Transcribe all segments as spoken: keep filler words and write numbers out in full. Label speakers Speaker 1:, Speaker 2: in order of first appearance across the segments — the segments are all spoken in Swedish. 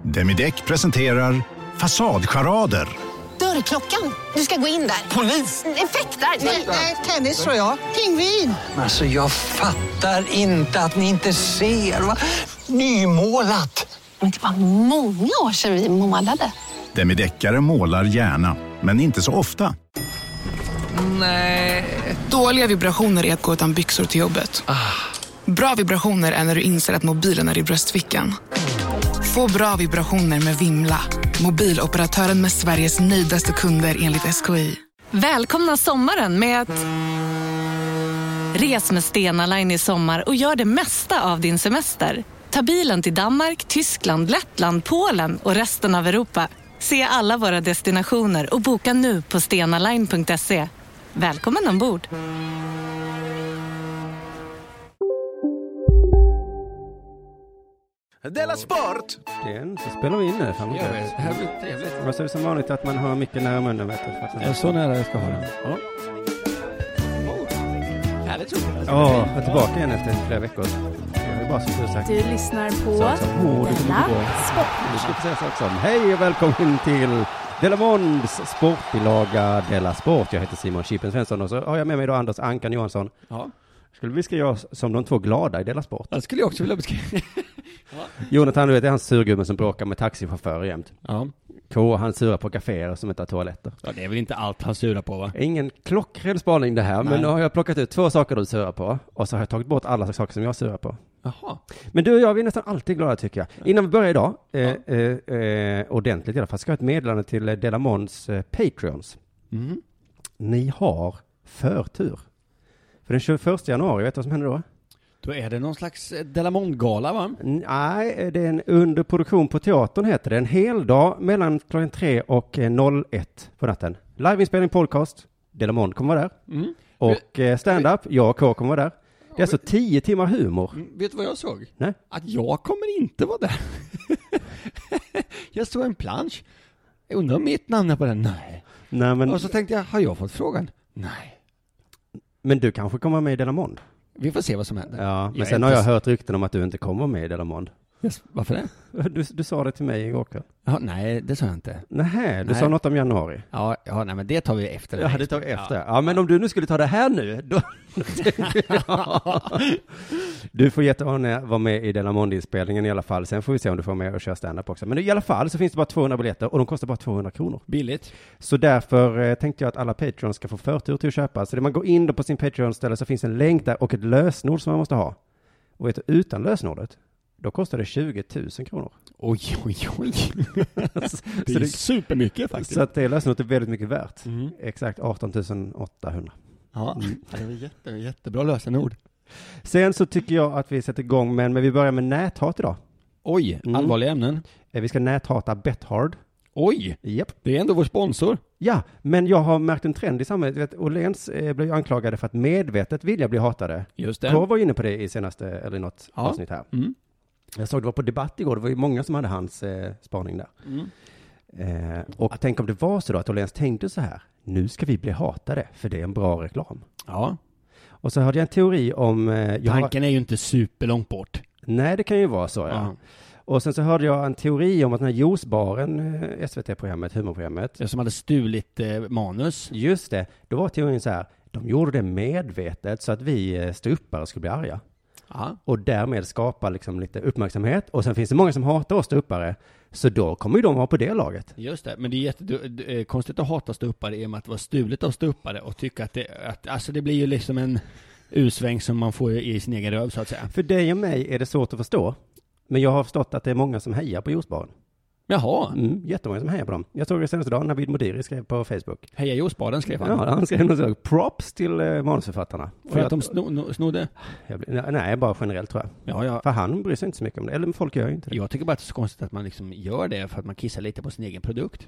Speaker 1: Demideck presenterar Fasadcharader.
Speaker 2: Dörrklockan. Du ska gå in där.
Speaker 3: Polis?
Speaker 2: Effektar?
Speaker 4: Nej, nej, tennis tror jag. Pingvin.
Speaker 3: Alltså jag fattar inte att ni inte ser. Va? Nymålat.
Speaker 2: Men det var många år sedan vi målade.
Speaker 1: Demideckare målar gärna, men inte så ofta.
Speaker 5: Nej. Dåliga vibrationer är att gå utan byxor till jobbet.
Speaker 3: Ah.
Speaker 5: Bra vibrationer är när du inser att mobilen är i bröstfickan. Få bra vibrationer med Vimla. Mobiloperatören med Sveriges nöjdaste kunder enligt S K I.
Speaker 6: Välkomna sommaren med att... Res med Stena Line i sommar och gör det mesta av din semester. Ta bilen till Danmark, Tyskland, Lettland, Polen och resten av Europa. Se alla våra destinationer och boka nu på stenaline punkt se. Välkommen ombord!
Speaker 7: Della Sport!
Speaker 8: Den så spelar vi in nu. Fan,
Speaker 7: Ja, det här blir trevligt.
Speaker 8: vad så är det som vanligt att man har mycket nära munnen, vet du.
Speaker 7: Ja, så nära jag ska ha den. Ja. Härligt roligt.
Speaker 8: Ja, jag är tillbaka igen efter flera veckor. Jag är bara som du sagt.
Speaker 9: Du lyssnar på
Speaker 8: Della
Speaker 9: Sport.
Speaker 8: Du ska få säga saker som hej och välkommen till Della Monds sportbilaga Della Sport. Jag heter Simon Chippen Svensson och så har jag med mig då Anders Ankan Johansson.
Speaker 7: Ja.
Speaker 8: Skulle vi skriva oss som de två glada i Della Sport?
Speaker 7: Det skulle jag också vilja beskriva. Ja.
Speaker 8: Jonathan, du vet, det är hans surgubben som bråkar med taxichaufförer jämt.
Speaker 7: Ja.
Speaker 8: K, han surar på kaféer som inte har toaletter.
Speaker 7: Ja, det är väl inte allt han surar på, va?
Speaker 8: Ingen klockren spaning det här,
Speaker 7: Nej.
Speaker 8: men nu har jag plockat ut två saker du surar på och så har jag tagit bort alla saker som jag surar på.
Speaker 7: Jaha.
Speaker 8: Men du och jag, vi är nästan alltid glada tycker jag. Innan vi börjar idag, eh,
Speaker 7: Ja.
Speaker 8: eh, eh, ordentligt i alla fall, ska jag ha ett meddelande till Della Monds eh, Patreons.
Speaker 7: Mm.
Speaker 8: Ni har förtur. För den tjugoförsta januari, vet du vad som händer då?
Speaker 7: Då är det någon slags Delamond-gala, va?
Speaker 8: Nej, det är en underproduktion på teatern heter det. En hel dag mellan klockan tre och noll ett på natten. Liveinspelning podcast. Della Mond kommer vara där.
Speaker 7: Mm.
Speaker 8: Och eh, stand-up, jag och K kommer vara där. Det är alltså tio timmar humor.
Speaker 7: Mm, vet du vad jag såg?
Speaker 8: Nej.
Speaker 7: Att jag kommer inte vara där. Jag såg en plansch. Jag undrar om mitt namn är på den. Nej.
Speaker 8: Nej, men,
Speaker 7: Och så tänkte jag, har jag fått frågan? Nej.
Speaker 8: men du kanske kommer med i Della Mond.
Speaker 7: Vi får se vad som händer.
Speaker 8: Ja, men
Speaker 7: Jag
Speaker 8: sen
Speaker 7: är
Speaker 8: har jag
Speaker 7: inte-
Speaker 8: hört rykten om att du inte kommer med i Della Mond.
Speaker 7: Yes. Varför det?
Speaker 8: Du, du sa det till mig igår kväll.
Speaker 7: Ja, nej, det sa jag inte.
Speaker 8: Nähä, du
Speaker 7: Nej.
Speaker 8: sa något om januari.
Speaker 7: Ja, ja nej, men det tar vi efter.
Speaker 8: Ja, det tar vi efter. Ja. ja, men om du nu skulle ta det här nu, då... Du får jättegärna vara med i Della Mond-inspelningen i alla fall. Sen får vi se om du får med och köra stand-up också. Men i alla fall så finns det bara tvåhundra biljetter och de kostar bara tvåhundra kronor.
Speaker 7: Billigt.
Speaker 8: Så därför eh, tänkte jag att alla Patreons ska få förtur till att köpa. Så när man går in då på sin Patreon-ställe så finns en länk där och ett lösenord som man måste ha. Och vet du, utan lösenordet, då kostar det tjugo tusen kronor.
Speaker 7: Oj, oj, oj. Det
Speaker 8: så
Speaker 7: är
Speaker 8: det,
Speaker 7: supermycket faktiskt.
Speaker 8: så att det lösenordet är väldigt mycket värt.
Speaker 7: Mm.
Speaker 8: Exakt arton tusen åttahundra.
Speaker 7: Ja, det var jätte, jättebra lösenord.
Speaker 8: Sen så tycker jag att vi sätter igång, men, men vi börjar med näthat idag.
Speaker 7: Oj,
Speaker 8: Mm.
Speaker 7: allvarliga ämnen.
Speaker 8: Eh, Vi ska näthata Bethard.
Speaker 7: Oj,
Speaker 8: Japp.
Speaker 7: det är ändå vår sponsor.
Speaker 8: Ja, men jag har märkt en trend i samhället. Vet, Åhléns eh, blev ju anklagade för att medvetet vilja bli hatade.
Speaker 7: Just
Speaker 8: K var inne på det i senaste, eller i något
Speaker 7: Ja.
Speaker 8: avsnitt här.
Speaker 7: Mm.
Speaker 8: Jag såg det var på debatt igår, det var ju många som hade hans eh, spaning där.
Speaker 7: Mm.
Speaker 8: Eh, och tänk om det var så då att Åhléns tänkte så här, nu ska vi bli hatade, för det är en bra reklam.
Speaker 7: Ja,
Speaker 8: Och så hörde jag en teori om... Eh, jag har,
Speaker 7: tanken är ju inte superlångt bort.
Speaker 8: nej, det kan ju vara så, ja.
Speaker 7: Ja.
Speaker 8: Och sen så hörde jag en teori om att den här juicebaren, eh, S V T-programmet, humorprogrammet,
Speaker 7: Jag som hade stulit eh, manus.
Speaker 8: just det, då var teorin så här, de gjorde det medvetet så att vi eh, ståuppare skulle bli arga.
Speaker 7: Ja.
Speaker 8: Och därmed skapa liksom lite uppmärksamhet. Och sen finns det många som hatar oss ståuppare. Så då kommer ju de vara på det laget.
Speaker 7: Just det, men det är jättekonstigt att hata ståuppare i och med att det var stulet av ståuppare och tycka att det, att, alltså det blir ju liksom en usväng som man får i sin egen röv så att säga.
Speaker 8: För dig och mig är det svårt att förstå. Men jag har förstått att det är många som hejar på juicebaren.
Speaker 7: Jaha,
Speaker 8: Mm, jättemånga som hejar på dem. Jag såg det senaste dagen när Navid Modiri skrev på Facebook.
Speaker 7: heja juicebaden skrev han.
Speaker 8: Ja, han skrev något så, props till eh, manusförfattarna.
Speaker 7: För
Speaker 8: Och
Speaker 7: att de
Speaker 8: jag,
Speaker 7: sno, no, snodde?
Speaker 8: jag, blir- nej, bara generellt tror jag.
Speaker 7: Ja, ja.
Speaker 8: För han bryr sig inte så mycket om det. Eller folk gör ju inte det.
Speaker 7: Jag tycker bara att det är så konstigt att man liksom gör det för att man kissar lite på sin egen produkt.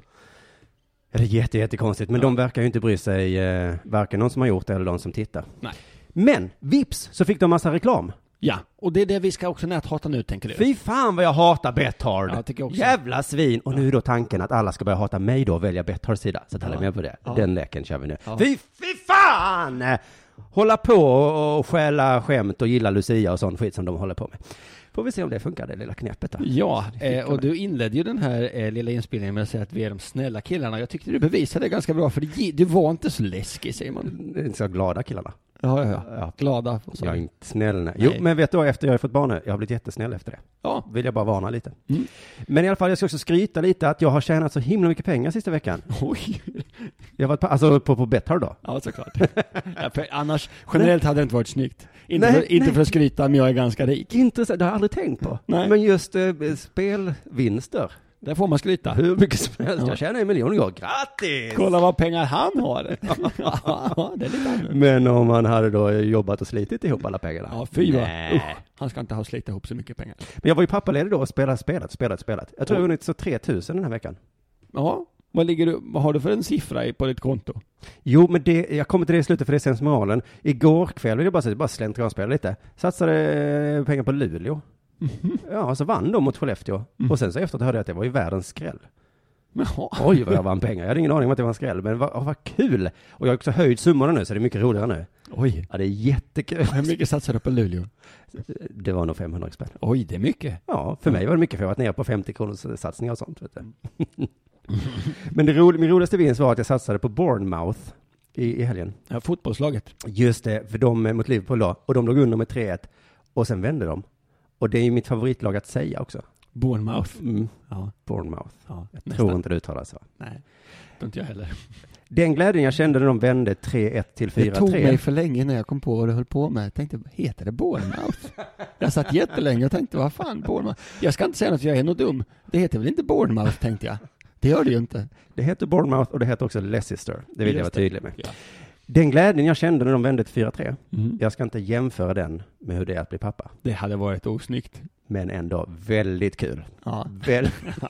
Speaker 8: Ja, det är jätte, jättekonstigt. Men
Speaker 7: Ja.
Speaker 8: de verkar ju inte bry sig, eh, varken någon som har gjort det eller de som tittar.
Speaker 7: Nej.
Speaker 8: Men, vips, så fick de massa reklam.
Speaker 7: Ja, och det är det vi ska också näthata nu, tänker du?
Speaker 8: Fy fan vad jag hatar Bethard.
Speaker 7: Ja, jag tycker också.
Speaker 8: Jävla svin. Och nu är då tanken att alla ska börja hata mig då och välja Bethards sida. Så att alla är
Speaker 7: Ja.
Speaker 8: med på det.
Speaker 7: Ja.
Speaker 8: Den leken kör vi nu.
Speaker 7: Ja.
Speaker 8: Fy, fy fan! Hålla på och, och stjäla skämt och gilla Lucia och sån skit som de håller på med. Får vi se om det funkar, det lilla knäppet då.
Speaker 7: Ja, eh, och du inledde ju den här eh, lilla inspelningen med att säga att vi är de snälla killarna. Jag tyckte du bevisade det ganska bra, för det, du var inte så läskig, säger man.
Speaker 8: Det är så glada killarna.
Speaker 7: Ja, ja, ja. Glada.
Speaker 8: Jag är inte snäll. Nej. Jo, men vet du vad, efter jag har fått barn nu, jag har blivit jättesnäll efter det.
Speaker 7: Ja.
Speaker 8: Vill jag bara varna lite.
Speaker 7: Mm.
Speaker 8: Men i alla fall, jag ska också skryta lite att jag har tjänat så himla mycket pengar sista veckan.
Speaker 7: Oj.
Speaker 8: Jag har varit på, alltså på, på Betthard då.
Speaker 7: Ja, såklart. Ja, för annars, generellt hade det inte varit snyggt. Inte,
Speaker 8: Nej,
Speaker 7: för, inte
Speaker 8: nej.
Speaker 7: för att skryta, men jag är ganska rik.
Speaker 8: Intressant, det har jag aldrig tänkt på.
Speaker 7: Nej.
Speaker 8: Men just eh, spelvinster.
Speaker 7: Där får man skryta.
Speaker 8: Hur mycket som helst.
Speaker 7: Ja.
Speaker 8: Jag tjänar en miljon igår. Grattis!
Speaker 7: Kolla vad pengar han har. Ja, det är lite annorlunda.
Speaker 8: Men om man hade då jobbat och slitit ihop alla pengarna.
Speaker 7: Ja, fy vad.
Speaker 8: Nej.
Speaker 7: Usch, han ska inte ha slitit ihop så mycket pengar.
Speaker 8: Men jag var ju pappaledig då och spelat, spelat, spelat, spelat. Jag tror jag har vunnit så tre tusen den här veckan.
Speaker 7: Ja, vad ligger du, vad har du för en siffra i- på ditt konto?
Speaker 8: Jo, men det, jag kommer till det i slutet för det är sensmoralen. Igår kväll vill jag bara säga, bara slentrianspela lite. Satsade eh, pengar på Luleå.
Speaker 7: Mm-hmm.
Speaker 8: Ja, och så vann de mot Skellefteå.
Speaker 7: Mm.
Speaker 8: Och sen så efteråt hörde jag att det var ju världens skräll.
Speaker 7: Jaha.
Speaker 8: Oj, vad jag vann pengar. Jag hade ingen aning om att det var en skräll, men vad, vad kul. Och jag har också höjt summorna nu, så det är mycket roligare nu.
Speaker 7: Oj.
Speaker 8: Ja, det är jättekul.
Speaker 7: Hur mycket satsar du på Luleå?
Speaker 8: Det var nog femhundra spänn.
Speaker 7: Oj, det är mycket.
Speaker 8: Ja, för mig var det mycket, för jag har varit nere på femtio kronors satsningar och sånt. Vet du. Men det ro, min roligaste vinst var att jag satsade på Bournemouth i, i helgen.
Speaker 7: Ja, fotbollslaget.
Speaker 8: Just det, för de mot Liverpool då. Och de låg under med tre ett. Och sen vände de. Och det är ju mitt favoritlag att säga också.
Speaker 7: Bournemouth.
Speaker 8: Mm.
Speaker 7: Ja.
Speaker 8: Bournemouth.
Speaker 7: Ja,
Speaker 8: Jag tror inte det uttalas så.
Speaker 7: Nej, det inte jag heller.
Speaker 8: Den glädjen jag kände när de vände tre ett till fyra
Speaker 7: Det tog
Speaker 8: tre.
Speaker 7: mig för länge när jag kom på vad du höll på med. Jag tänkte, heter det Bournemouth? Jag satt jättelänge och tänkte, vad fan, Bournemouth? Jag ska inte säga något, jag är nog dum. Det heter väl inte Bournemouth, tänkte jag. Det gör det ju inte.
Speaker 8: Det heter Bournemouth och det heter också Leicester. Det vill
Speaker 7: Just
Speaker 8: jag vara
Speaker 7: det.
Speaker 8: tydlig med.
Speaker 7: Ja.
Speaker 8: Den glädjen jag kände när de vände till fyra tre.
Speaker 7: Mm.
Speaker 8: Jag ska inte jämföra den med hur det är att bli pappa.
Speaker 7: Det hade varit osnyggt.
Speaker 8: Men ändå väldigt kul.
Speaker 7: Ja.
Speaker 8: Väl...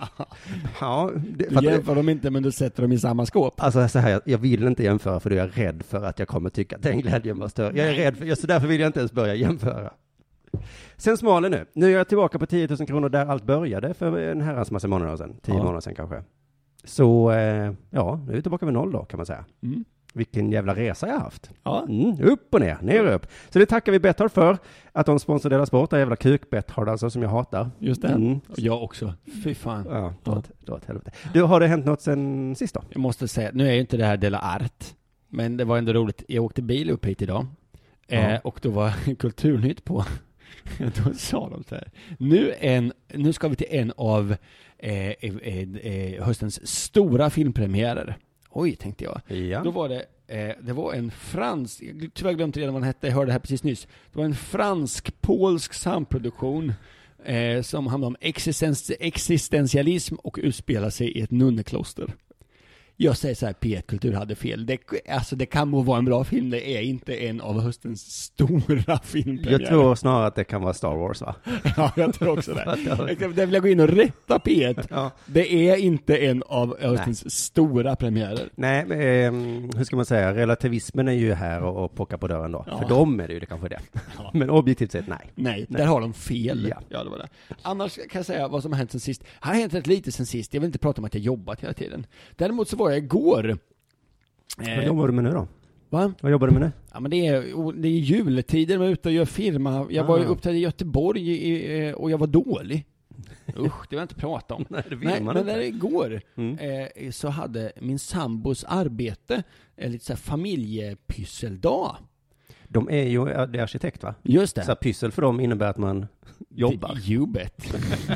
Speaker 8: ja, det,
Speaker 7: Du
Speaker 8: för att,
Speaker 7: jämför dem inte, men du sätter dem i samma skåp.
Speaker 8: alltså så här, jag, jag vill inte jämföra för då är jag rädd för att jag kommer tycka att den glädjen var större. Jag är rädd för, så därför vill jag inte ens börja jämföra. Sen smalen nu. Nu är jag tillbaka på tio tusen kronor där allt började för en herrans massa månader sedan. Tio
Speaker 7: Ja.
Speaker 8: månader sedan kanske. Så eh, ja, nu är vi tillbaka med noll då kan man säga.
Speaker 7: Mm.
Speaker 8: Vilken jävla resa jag har haft.
Speaker 7: Ja.
Speaker 8: Mm, upp och ner, ner och upp. Så det tackar vi Betthard för. Att de sponsrar Dela Sport. Det är jävla kuk Betthard alltså som jag hatar.
Speaker 7: Just det.
Speaker 8: Mm.
Speaker 7: Och jag också. Fy fan.
Speaker 8: Ja,
Speaker 7: Ja.
Speaker 8: dra åt- dra åt helvete. Du, har det hänt något sen sist då?
Speaker 7: Jag måste säga, nu är ju inte det här Dela Art, men det var ändå roligt. Jag åkte bil upp hit idag.
Speaker 8: Ja.
Speaker 7: Eh, och då var Kulturnytt på. Då sa de så här. Nu, en, nu ska vi till en av eh, eh, eh, höstens stora filmpremiärer. Oj, tänkte jag.
Speaker 8: Ja.
Speaker 7: Då var det, eh, det var en fransk, jag tyvärr glömde redan vad den hette, jag hörde det här precis nyss. Det var en fransk-polsk samproduktion eh, som handlar om existens, existentialism och utspelar sig i ett nunnekloster. Jag säger så här, P ett Kultur hade fel. Det, alltså det kan må vara en bra film, det är inte en av höstens stora filmpremiärer.
Speaker 8: Jag tror snarare att det kan vara Star Wars va?
Speaker 7: Ja, jag tror också det. Jag vill jag gå in och rätta P ett.
Speaker 8: Ja.
Speaker 7: Det är inte en av höstens Nej. stora premiärer.
Speaker 8: Nej, men, eh, hur ska man säga? Relativismen är ju här och, och pockar på dörren då.
Speaker 7: Ja.
Speaker 8: För dem är det ju det kanske det.
Speaker 7: Ja.
Speaker 8: Men objektivt sett, nej.
Speaker 7: Nej,
Speaker 8: Nej.
Speaker 7: där har de fel.
Speaker 8: Ja.
Speaker 7: Ja, det var det. Annars kan jag säga vad som har hänt sen sist. Det har hänt rätt lite sen sist. Jag vill inte prata om att jag jobbat hela tiden. Däremot så var jag igår.
Speaker 8: Vad jobbar du med nu då?
Speaker 7: Va?
Speaker 8: Vad jobbar du med nu?
Speaker 7: Ja, men det är, det är juletider, man är ute och gör firma. Jag var ju
Speaker 8: Ah.
Speaker 7: uppträdde i Göteborg i, och jag var dålig. Usch, det vill jag inte prata om.
Speaker 8: Nej, det vill
Speaker 7: Nej,
Speaker 8: man
Speaker 7: men
Speaker 8: inte.
Speaker 7: där igår
Speaker 8: Mm.
Speaker 7: eh, så hade min sambos arbete en lite så här familjepysseldag.
Speaker 8: De är ju det är arkitekt va?
Speaker 7: Just det.
Speaker 8: Så här, pyssel för dem innebär att man jobbar.
Speaker 7: You bet.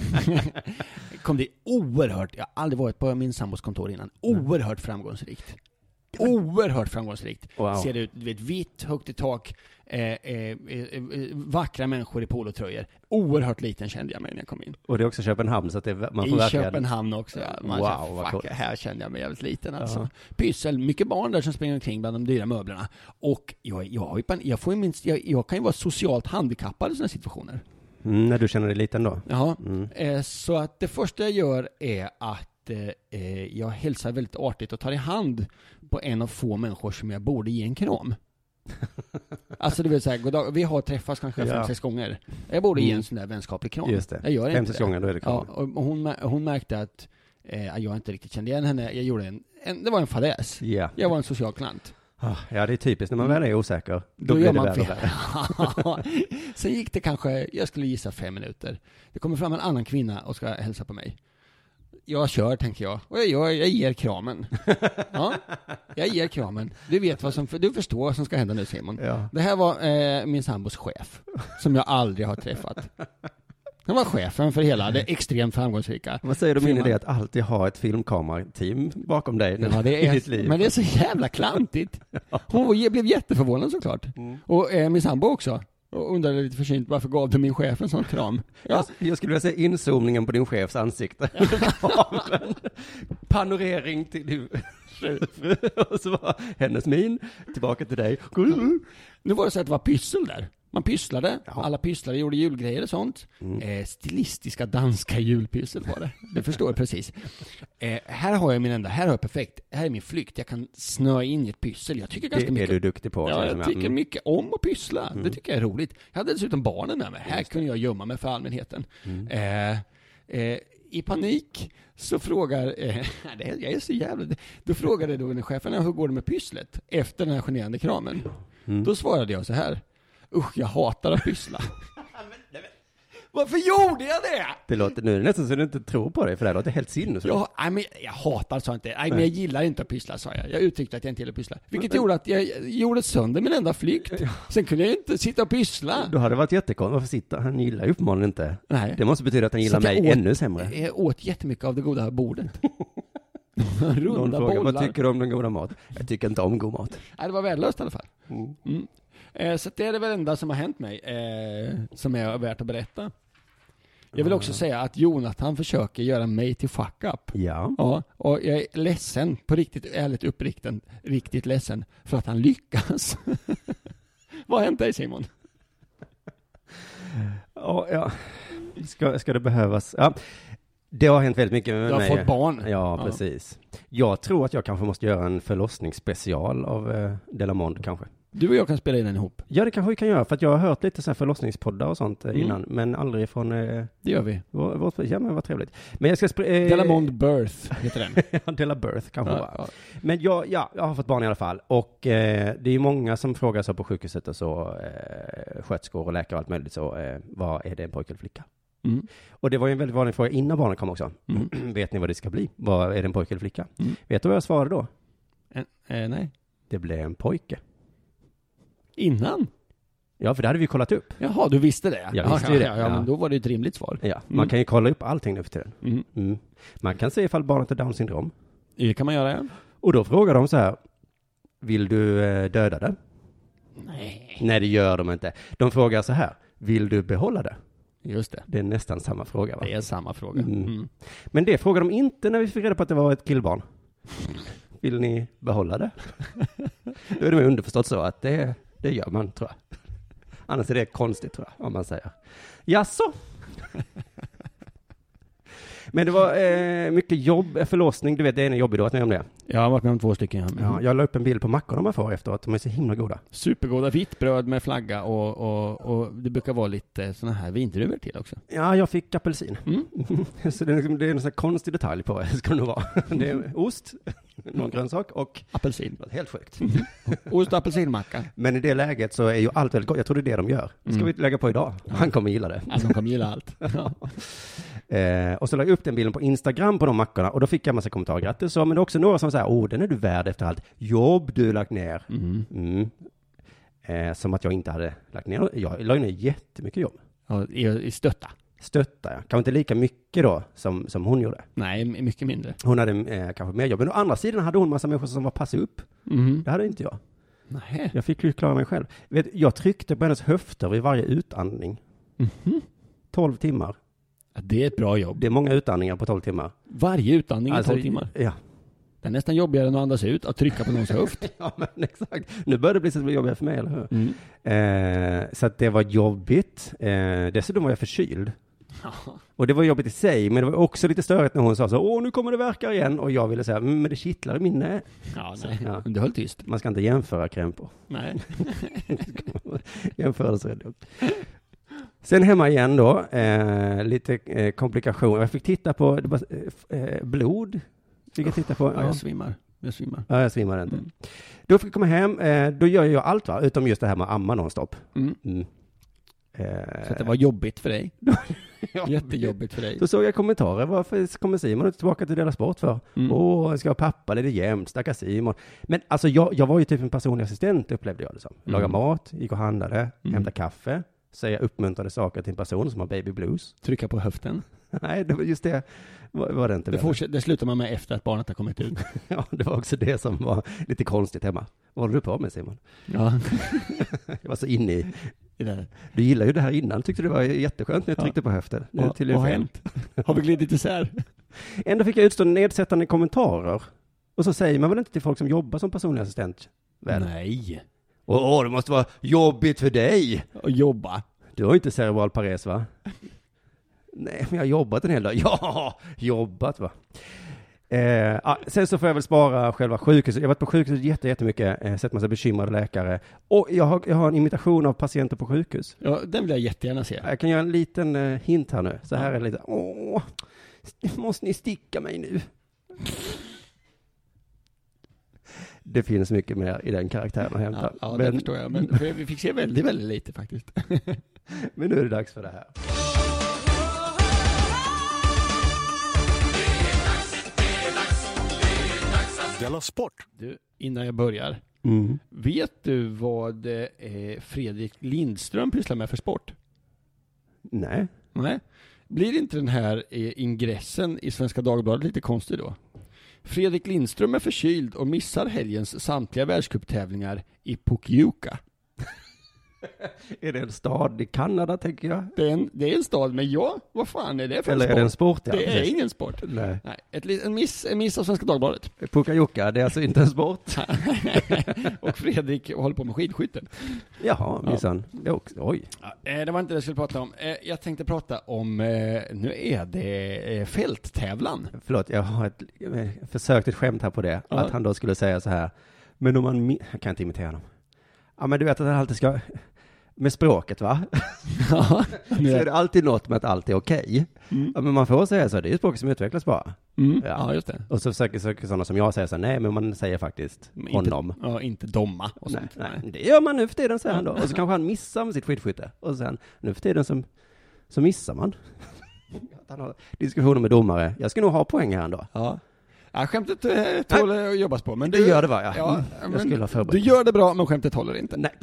Speaker 7: Kom det oerhört, jag har aldrig varit på min sambos kontor innan, oerhört framgångsrikt. Oerhört framgångsrikt.
Speaker 8: Wow.
Speaker 7: Ser det ut, du vet, vitt, högt i tak, eh, eh, eh, vackra människor i polotröjor. Oerhört liten kände jag mig när jag kom in.
Speaker 8: Och det är också Köpenhamn så att det, är- man får
Speaker 7: I
Speaker 8: verkligen...
Speaker 7: Köpenhamn också. Ja. Man
Speaker 8: Wow,
Speaker 7: känner,
Speaker 8: vad
Speaker 7: fuck,
Speaker 8: coolt.
Speaker 7: här kände jag mig jävligt liten alltså.
Speaker 8: Ja.
Speaker 7: Pyssel, mycket barn där som springer omkring bland de dyra möblerna. Och jag, jag, har ju pan- jag, får ju minst, jag, jag kan ju vara socialt handikappad i sådana situationer.
Speaker 8: Mm, när du känner dig liten då?
Speaker 7: Ja,
Speaker 8: Mm.
Speaker 7: eh, så att det första jag gör är att eh, eh, jag hälsar väldigt artigt och tar i hand på en av få människor som jag borde ge en kram. Alltså det vill säga, god dag, vi har träffats kanske
Speaker 8: Ja.
Speaker 7: fem, sex gånger. Jag borde ge
Speaker 8: Mm.
Speaker 7: en sån där vänskaplig kram.
Speaker 8: Just det.
Speaker 7: Jag gör
Speaker 8: Fem,
Speaker 7: inte
Speaker 8: sex
Speaker 7: det.
Speaker 8: gånger, då är det
Speaker 7: Ja,
Speaker 8: kram.
Speaker 7: och hon, mär- hon märkte att eh, jag inte riktigt kände igen henne. Jag gjorde en, en det var en fadäs.
Speaker 8: Ja.
Speaker 7: Jag var en social klant.
Speaker 8: Oh, ja, det är typiskt. När man väl är osäker, då,
Speaker 7: Då
Speaker 8: blir
Speaker 7: gör
Speaker 8: det
Speaker 7: man
Speaker 8: värre och
Speaker 7: fel.
Speaker 8: värre.
Speaker 7: Sen gick det kanske, jag skulle gissa fem minuter. Det kommer fram en annan kvinna och ska hälsa på mig. Jag kör, tänker jag. Och jag, gör, jag ger kramen. Ja, jag ger kramen. Du vet vad som, du förstår vad som ska hända nu, Simon.
Speaker 8: Ja.
Speaker 7: Det här var eh, min sambos chef, som jag aldrig har träffat. Han var chefen för hela det extremt framgångsrika.
Speaker 8: Vad säger du om min idé att alltid ha ett filmkamerateam bakom dig
Speaker 7: ja, det
Speaker 8: i
Speaker 7: är,
Speaker 8: ditt liv?
Speaker 7: Men det är så jävla klantigt. Hon blev jätteförvånad såklart. Mm. Och eh, min sambo också. Och undrade lite försynt, varför gav du min chef en sån kram? Ja.
Speaker 8: Jag, jag skulle vilja se inzoomningen på din chefs ansikte. Panorering till din fru. Och så var hennes min tillbaka till dig.
Speaker 7: Nu var det så att det var pyssel där. Man pysslade, ja. Alla pysslade, gjorde julgrejer och sånt. Mm. Eh, stilistiska danska julpyssel var det. Det förstår jag precis. Eh, här har jag min enda, här har jag perfekt. Här är min flykt, jag kan snöa in i ett pyssel. Jag tycker ganska
Speaker 8: det
Speaker 7: mycket.
Speaker 8: är du duktig på.
Speaker 7: Ja, jag
Speaker 8: mm.
Speaker 7: tycker mycket om att pyssla.
Speaker 8: Mm.
Speaker 7: Det tycker jag är roligt. Jag hade dessutom barnen med mig. Här kunde jag gömma mig för allmänheten. Mm. Eh, eh, I panik så frågar, eh, jag är så jävla, då frågade då den chefen, hur går det med pysslet? Efter den här generande kramen. Mm. Då svarade jag så här. Usch, jag hatar att pyssla. Varför gjorde jag det?
Speaker 8: Det låter nu nästan så du inte tror på det, för det låter helt sinnes.
Speaker 7: Jag, nej, men jag hatar så inte. Nej, men jag gillar inte att pyssla, sa jag. Jag uttryckte att jag inte gillar att pyssla. Vilket men, gjorde att jag gjorde sönder min enda flykt. Sen kunde jag inte sitta och pyssla.
Speaker 8: Då hade det varit jättekonstigt. Varför sitter han? gillar ju uppenbarligen inte. Nej. Det måste betyda att han gillar mig
Speaker 7: åt,
Speaker 8: ännu sämre.
Speaker 7: Jag åt jättemycket av det goda bordet. Runda
Speaker 8: frågar,
Speaker 7: bollar.
Speaker 8: vad tycker du om den goda mat? Jag tycker inte om god mat.
Speaker 7: Nej, det var värdelöst i alla fall. Mm. Mm. Eh, så det är det väl enda som har hänt mig eh, som är värt att berätta. Jag vill också säga att Jonathan försöker göra mig till fuck up.
Speaker 8: Ja.
Speaker 7: Ja, och jag är ledsen, på riktigt ärligt uppriktigt, riktigt ledsen för att han lyckas. Vad har hänt dig, Simon?
Speaker 8: Ja, ja. Ska, ska det behövas? Ja. Det har hänt väldigt mycket med mig.
Speaker 7: Du har
Speaker 8: mig.
Speaker 7: fått barn.
Speaker 8: Ja,
Speaker 7: ja,
Speaker 8: precis. Jag tror att jag kanske måste göra en förlossningsspecial av eh, Delamond kanske.
Speaker 7: Du och jag kan spela in den ihop.
Speaker 8: Ja, det kanske vi kan göra, för att jag har hört lite så här förlossningspoddar och sånt mm. innan, men aldrig från... Eh,
Speaker 7: det gör vi.
Speaker 8: Vår, vår, ja, men vad trevligt. Men jag ska... Spr- eh,
Speaker 7: Delamond Birth heter den.
Speaker 8: Ja, Dela Birth kanske
Speaker 7: ja,
Speaker 8: var.
Speaker 7: ja.
Speaker 8: Men jag, ja, jag har fått barn i alla fall. Och eh, det är många som frågar så på sjukhuset och så, eh, sköterskor och läkare och allt möjligt så, eh, vad är det, en pojke eller flicka? Mm. Och det var ju en väldigt vanlig fråga innan barnen kom också. Mm. Vet ni vad det ska bli? Vad är det, en pojke eller flicka? Mm. Vet du vad jag svarade då?
Speaker 7: En, eh, nej.
Speaker 8: Det blev en pojke.
Speaker 7: Innan?
Speaker 8: Ja, för det hade vi kollat upp.
Speaker 7: Jaha, du visste det?
Speaker 8: Jag visste ju det.
Speaker 7: Ja, ja, men då var det ett rimligt svar.
Speaker 8: Ja, man mm. kan ju kolla upp allting nu för tiden. Mm. Mm. Man kan se ifall barnet har Downs syndrom.
Speaker 7: Det kan man göra, ja.
Speaker 8: Och då frågar de så här, vill du eh, döda det?
Speaker 7: Nej.
Speaker 8: Nej, det gör de inte. De frågar så här, vill du behålla det?
Speaker 7: Just det.
Speaker 8: Det är nästan samma fråga, va?
Speaker 7: Det är samma fråga.
Speaker 8: Mm.
Speaker 7: Mm.
Speaker 8: Men det frågar de inte när vi fick reda på att det var ett killbarn. Vill ni behålla det? Då är det underförstått så att det, det gör man, tror jag. Annars är det konstigt, tror jag, om man säger. Jaså? Men det var eh, mycket jobb, förlossning, du vet, det är en jobbig då att ni om det.
Speaker 7: Jag har varit med om två stycken. Ja.
Speaker 8: Ja, jag la upp en bild på mackorna man får efteråt, de är så himla goda.
Speaker 7: Supergoda, vitt bröd med flagga och, och, och det brukar vara lite såna här vindruvor till också.
Speaker 8: Ja, jag fick apelsin.
Speaker 7: Mm.
Speaker 8: Så det är, liksom, det är en sån här konstig detalj på det, ska det nog vara. Det är ost, någon grönsak och
Speaker 7: apelsin.
Speaker 8: Helt sjukt.
Speaker 7: Ost och apelsinmacka.
Speaker 8: Men i det läget så är ju allt väldigt gott. Jag tror det är det de gör. Det ska mm. vi lägga på idag. Han kommer gilla det.
Speaker 7: Ja, de kommer gilla allt. Ja.
Speaker 8: Eh, och så la jag upp den bilden på Instagram på de mackorna och då fick jag en massa kommentarer. Grattis, så, men det är också några som säger, åh, den är du värd efter allt jobb du lagt ner. Mm. Mm. Eh, som att jag inte hade lagt ner. Jag la ner jättemycket jobb.
Speaker 7: Ja, i, i stötta.
Speaker 8: Stötta, ja. Kanske inte lika mycket då som, som hon gjorde.
Speaker 7: Nej, mycket mindre.
Speaker 8: Hon hade eh, kanske mer jobb. Men å andra sidan hade hon massa människor som var passa upp. Mm. Det hade inte jag.
Speaker 7: Nej.
Speaker 8: Jag fick ju klara mig själv. Vet, jag tryckte på hennes höfter vid varje utandning. Mm. tolv timmar.
Speaker 7: Ja, det är ett bra jobb.
Speaker 8: Det är många utandningar på tolv timmar.
Speaker 7: Varje utandning är alltså, tolv timmar?
Speaker 8: Ja.
Speaker 7: Det är nästan jobbigare än att andas ut, att trycka på någons höft.
Speaker 8: Ja, men exakt. Nu börjar det bli så jobbigare för mig, eller hur? Mm. Eh, så att det var jobbigt. Eh, dessutom var jag förkyld. Och det var jobbigt i sig, men det var också lite störigt när hon sa så, åh, nu kommer det verka igen. Och jag ville säga, men det kittlar i min nä.
Speaker 7: Ja, nej. Så, ja. Det höll tyst.
Speaker 8: Man ska inte jämföra krämpor.
Speaker 7: Nej.
Speaker 8: Jämförelse är dumt. Sen hemma igen då, eh, lite eh, komplikationer. Jag fick titta på det var, eh, blod. Fick jag titta på.
Speaker 7: Ja, jag svimmar. Jag svimmar.
Speaker 8: Ja, jag svimmar inte.
Speaker 7: Mm.
Speaker 8: Då fick jag komma hem, eh, då gör jag allt va, utom just det här med att amma nonstop.
Speaker 7: Mm.
Speaker 8: Mm.
Speaker 7: Så att det var jobbigt för dig. Jättejobbigt för dig.
Speaker 8: Så såg jag kommentarer, varför kommer Simon inte tillbaka till Dela Sport för? Åh,
Speaker 7: Mm.
Speaker 8: oh, jag ska ha pappa lite jämt, stackars Simon. Men alltså jag, jag var ju typ en personlig assistent upplevde jag det som. Laga
Speaker 7: Mm.
Speaker 8: mat, gick och handlade,
Speaker 7: Mm.
Speaker 8: hämta kaffe, säga uppmuntrande saker till en person som har baby blues.
Speaker 7: Trycka på höften.
Speaker 8: Nej, det var just det var, var det inte.
Speaker 7: Det, fortsätter, det slutar man med efter att barnet har kommit ut.
Speaker 8: Ja, det var också det som var lite konstigt hemma. Vad håller du på med Simon?
Speaker 7: Ja.
Speaker 8: Jag var så inne i...
Speaker 7: I det.
Speaker 8: Du gillade ju det här innan, tyckte det var jätteskönt när jag
Speaker 7: Ja.
Speaker 8: tryckte på höften. Nu
Speaker 7: Vad
Speaker 8: till
Speaker 7: vad har
Speaker 8: fel.
Speaker 7: hänt? Har vi glidit isär?
Speaker 8: Ändå fick jag utstå nedsättande kommentarer. Och så säger man väl inte till folk som jobbar som personlig assistent? Väl?
Speaker 7: Nej.
Speaker 8: Åh, det måste vara jobbigt för dig.
Speaker 7: Och jobba.
Speaker 8: Du har inte cerebral pares, va? Nej, men jag har jobbat en hel dag. Ja, jobbat, va? Eh, ah, sen så får jag väl spara själva sjukhuset. Jag har varit på sjukhuset jätte, jättemycket, eh, sett massa bekymrade läkare. Och jag har, jag har en imitation av patienter på sjukhus.
Speaker 7: Ja, den vill jag jättegärna se.
Speaker 8: Jag kan göra en liten eh, hint här nu. Så här
Speaker 7: Ja.
Speaker 8: är det lite. Åh, måste ni sticka mig nu? Det finns mycket mer i den karaktären att hämta.
Speaker 7: Ja, ja det
Speaker 8: men,
Speaker 7: förstår jag. Men för vi fick se väldigt, väldigt lite faktiskt.
Speaker 8: men nu är det dags för det här.
Speaker 1: Della Sport.
Speaker 7: Du, innan jag börjar.
Speaker 8: Mm.
Speaker 7: Vet du vad eh, Fredrik Lindström pysslar med för sport?
Speaker 8: Nej.
Speaker 7: Nej. Blir inte den här eh, ingressen i Svenska Dagbladet lite konstig då? Fredrik Lindström är förkyld och missar helgens samtliga världscuptävlingar i Pokljuka.
Speaker 8: Är det en stad i Kanada, tänker jag?
Speaker 7: Det är, en, det är en stad, men ja, vad fan är det för
Speaker 8: Eller
Speaker 7: en
Speaker 8: är det en
Speaker 7: sport?
Speaker 8: sport? Ja,
Speaker 7: Det är
Speaker 8: precis.
Speaker 7: ingen sport.
Speaker 8: Nej.
Speaker 7: Nej, ett, li- en, miss, en miss av Svenska Dagbladet.
Speaker 8: Pukajuka, det är alltså inte en sport?
Speaker 7: Och Fredrik håller på med skidskytten.
Speaker 8: Jaha, minsann. Det är också- Oj.
Speaker 7: Ja, eh, det var inte det jag skulle prata om. Eh, Jag tänkte prata om, eh, nu är det eh, fälttävlan.
Speaker 8: Förlåt, jag har ett, jag försökt ett skämt här på det.
Speaker 7: Ja.
Speaker 8: Att han då skulle säga så här. Men om man... mi- Jag kan inte imitera honom. Ja, men du vet att han alltid ska... Med språket, va?
Speaker 7: Ja,
Speaker 8: Så är det alltid något med att allt är okej.
Speaker 7: Mm.
Speaker 8: Ja, men man får säga så. Det är ju språket som utvecklas bara.
Speaker 7: Mm.
Speaker 8: Ja.
Speaker 7: Ja, just det.
Speaker 8: Och så försöker, försöker sådana som jag säga så här, nej, men man säger faktiskt
Speaker 7: Men
Speaker 8: honom.
Speaker 7: Inte, ja, inte domma och
Speaker 8: Nej,
Speaker 7: sånt.
Speaker 8: nej, det gör man nu för tiden, säger han då. Och så kanske han missar med sitt skidskytte. Och sen, nu för tiden så, så missar man. Att han har diskussioner med domare. Jag ska nog ha poäng här ändå.
Speaker 7: Ja. Ja, skämtet eh, tål att jobbas på. Men
Speaker 8: Det
Speaker 7: du,
Speaker 8: gör det, va? Ja.
Speaker 7: Ja,
Speaker 8: Mm. Jag
Speaker 7: men
Speaker 8: skulle ha förberett.
Speaker 7: du gör det bra, men skämtet håller inte.
Speaker 8: Nej.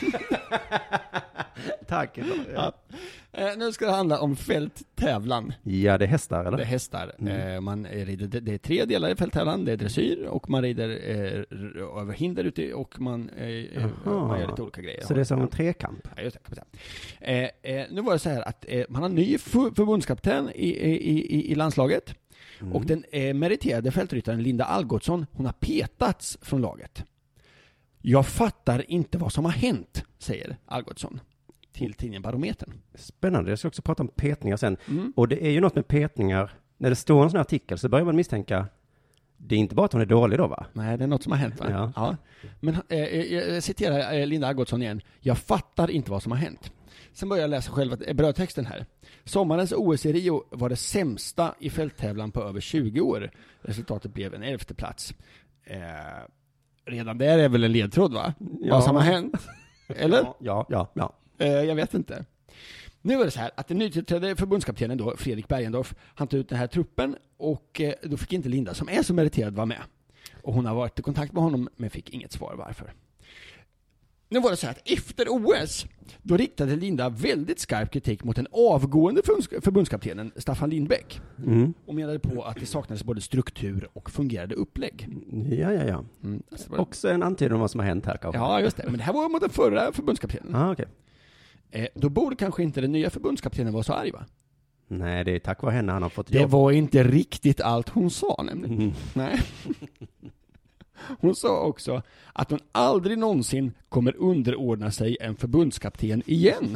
Speaker 8: Tack. Ja.
Speaker 7: Ja. Eh, nu ska det handla om fälttävlan.
Speaker 8: ja, det är hästar, eller?
Speaker 7: Det är hästar.
Speaker 8: Mm.
Speaker 7: Eh, man rider, det, det är tre delar i fälttävlan. Det är dressyr och man rider eh, r- över hinder ute och man, eh, eh,
Speaker 8: Jaha.
Speaker 7: man gör lite olika grejer.
Speaker 8: Så det är som en trekamp?
Speaker 7: Ja, just det, kan man säga. Eh, eh, nu var det så här att eh, man har en ny fu- förbundskapten i, i, i, i landslaget.
Speaker 8: Mm.
Speaker 7: Och den eh, meriterade fältryttaren Linda Algotsson, hon har petats från laget. Jag fattar inte vad som har hänt, säger Algotsson till tidningen Barometern.
Speaker 8: Spännande. Jag ska också prata om petningar sen.
Speaker 7: Mm.
Speaker 8: Och det är ju något med petningar. När det står en sån här artikel så börjar man misstänka. Det är inte bara att hon är dålig då, va?
Speaker 7: Nej, det är något som har hänt, va?
Speaker 8: Ja.
Speaker 7: Men eh, jag citerar eh, Linda Algotsson igen. Jag fattar inte vad som har hänt. Sen börjar jag läsa själva eh, brödtexten här. Sommarens O S i Rio var det sämsta i fälttävlan på över tjugo år. Resultatet blev en elfte plats. Eh, redan där är väl en ledtråd, va?
Speaker 8: Ja.
Speaker 7: Vad som har hänt? Eller?
Speaker 8: Ja, ja, ja.
Speaker 7: Eh, jag vet inte. Nu är det så här att den nytillträdde förbundskaptenen då, Fredrik Bergendorf, han tog ut den här truppen och eh, då fick inte Linda, som är så meriterad, vara med. Och hon har varit i kontakt med honom men fick inget svar varför. Nu var det så här att efter O S, då riktade Linda väldigt skarp kritik mot den avgående förbundskaptenen Staffan Lindbäck.
Speaker 8: Mm.
Speaker 7: Och menade på att det saknades både struktur och fungerande upplägg.
Speaker 8: Ja, ja, ja.
Speaker 7: Mm. Alltså, det var-
Speaker 8: Också en antydan om vad som har hänt här kanske.
Speaker 7: ja, just det. Men det här var mot den förra förbundskaptenen.
Speaker 8: Ah, okej.
Speaker 7: Eh, då borde kanske inte den nya förbundskaptenen vara så arg, va?
Speaker 8: Nej, det är tack vare henne han har fått
Speaker 7: Det
Speaker 8: jobb.
Speaker 7: var inte riktigt allt hon sa nämligen.
Speaker 8: Mm.
Speaker 7: Nej. Hon sa också att hon aldrig någonsin kommer underordna sig en förbundskapten igen.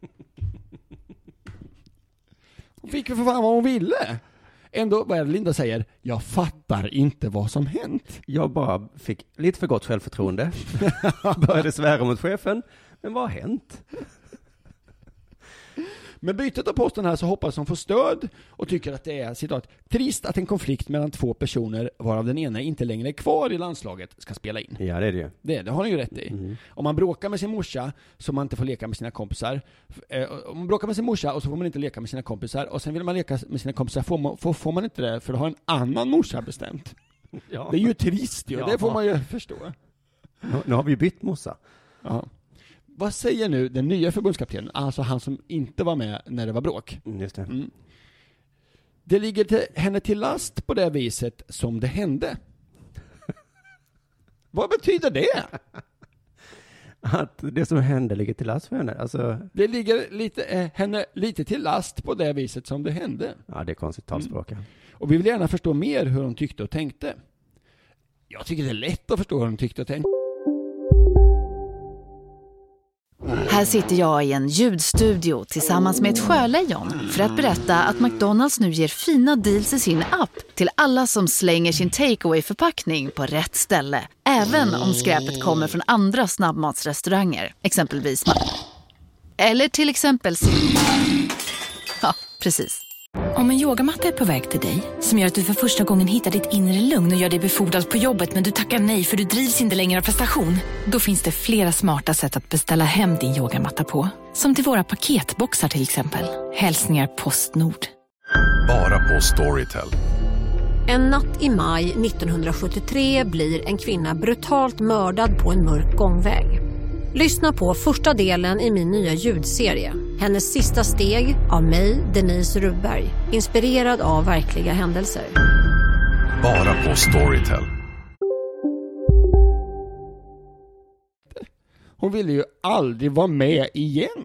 Speaker 7: Hon fick ju för fan vad hon ville. Ändå, vad är det Linda säger? Jag fattar inte vad som hänt.
Speaker 8: Jag bara fick lite för gott självförtroende. Började svära mot chefen. Men vad har hänt?
Speaker 7: Med bytet av posten här så hoppas hon få stöd och tycker att det är, citat, trist att en konflikt mellan två personer varav den ena inte längre är kvar i landslaget ska spela in.
Speaker 8: Ja, det är det ju.
Speaker 7: Det, det har ni ju rätt i. Mm. Om man bråkar med sin morsa så man inte får leka med sina kompisar. Eh, om man bråkar med sin morsa och så får man inte leka med sina kompisar och sen vill man leka med sina kompisar får man, får, får man inte det för då har en annan morsa bestämt. Ja. Det är ju trist ju, ja. Det får man ju förstå.
Speaker 8: Nu, nu har vi bytt morsa.
Speaker 7: Ja. Vad säger nu den nya förbundskaptenen, alltså han som inte var med när det var bråk?
Speaker 8: Just det.
Speaker 7: Mm. Det ligger till, henne till last på det viset som det hände. Vad betyder det?
Speaker 8: Att det som hände ligger till last för henne? Alltså...
Speaker 7: Det ligger lite, eh, henne lite till last på det viset som det hände.
Speaker 8: Ja, det är konstigt talspråk.
Speaker 7: Mm. Och vi vill gärna förstå mer hur hon tyckte och tänkte. Jag tycker det är lätt att förstå hur hon tyckte och tänkte.
Speaker 9: Här sitter jag i en ljudstudio tillsammans med ett sjölejon för att berätta att McDonalds nu ger fina deals i sin app till alla som slänger sin takeaway-förpackning på rätt ställe. Även om skräpet kommer från andra snabbmatsrestauranger, exempelvis. Eller till exempel... Ja, precis.
Speaker 10: Om en yogamatta är på väg till dig, som gör att du för första gången hittar ditt inre lugn och gör dig befordrad på jobbet men du tackar nej för du drivs inte längre av prestation, då finns det flera smarta sätt att beställa hem din yogamatta på. Som till våra paketboxar till exempel. Hälsningar Postnord.
Speaker 11: Bara på Storytel.
Speaker 12: En natt i maj nittonhundrasjuttiotre blir en kvinna brutalt mördad på en mörk gångväg. Lyssna på första delen i min nya ljudserie. Hennes sista steg av mig, Denise Rubberg. Inspirerad av verkliga händelser.
Speaker 11: Bara på Storytel.
Speaker 7: Hon ville ju aldrig vara med igen.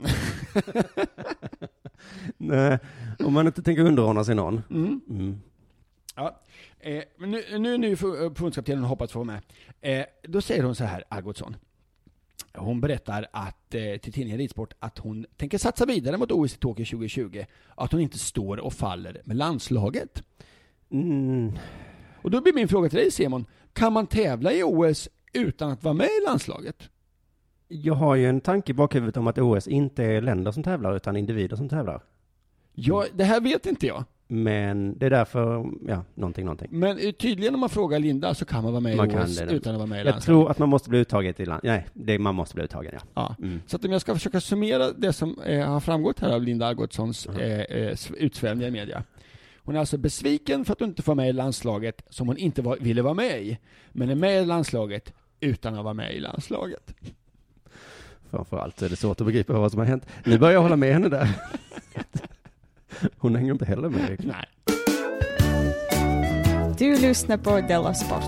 Speaker 8: Nej, om man inte tänker underordna sig någon.
Speaker 7: Mm.
Speaker 8: Mm.
Speaker 7: Ja, eh, men nu, nu, nu förbundskaptenen hoppats få med. Eh, då säger hon så här, Algotsson. Hon berättar att, eh, till tidningen Ridsport att hon tänker satsa vidare mot O S i Tokyo tjugo tjugo och att hon inte står och faller med landslaget.
Speaker 8: Mm.
Speaker 7: Och då blir min fråga till dig, Simon. Kan man tävla i O S utan att vara med i landslaget?
Speaker 8: Jag har ju en tanke i bakhuvudet om att O S inte är länder som tävlar utan individer som tävlar.
Speaker 7: Ja, det här vet inte jag.
Speaker 8: Men det är därför, ja, någonting, någonting.
Speaker 7: Men tydligen om man frågar Linda så kan man vara med man i O S utan att vara med i
Speaker 8: jag
Speaker 7: landslaget.
Speaker 8: tror att man måste bli uttaget i land. Nej, det, man måste bli uttagen, ja.
Speaker 7: ja.
Speaker 8: Mm.
Speaker 7: Så att om jag ska försöka summera det som eh, har framgått här av Linda Algotssons mm. eh, eh, utsvävningar i media. Hon är alltså besviken för att hon inte får med i landslaget som hon inte var, ville vara med i. Men är med i landslaget utan att vara med i landslaget.
Speaker 8: Framförallt är det svårt att begripa vad som har hänt. Nu börjar jag hålla med henne där. Hon hänger inte heller med.
Speaker 7: Nej.
Speaker 13: Du lyssnar på Della Sport.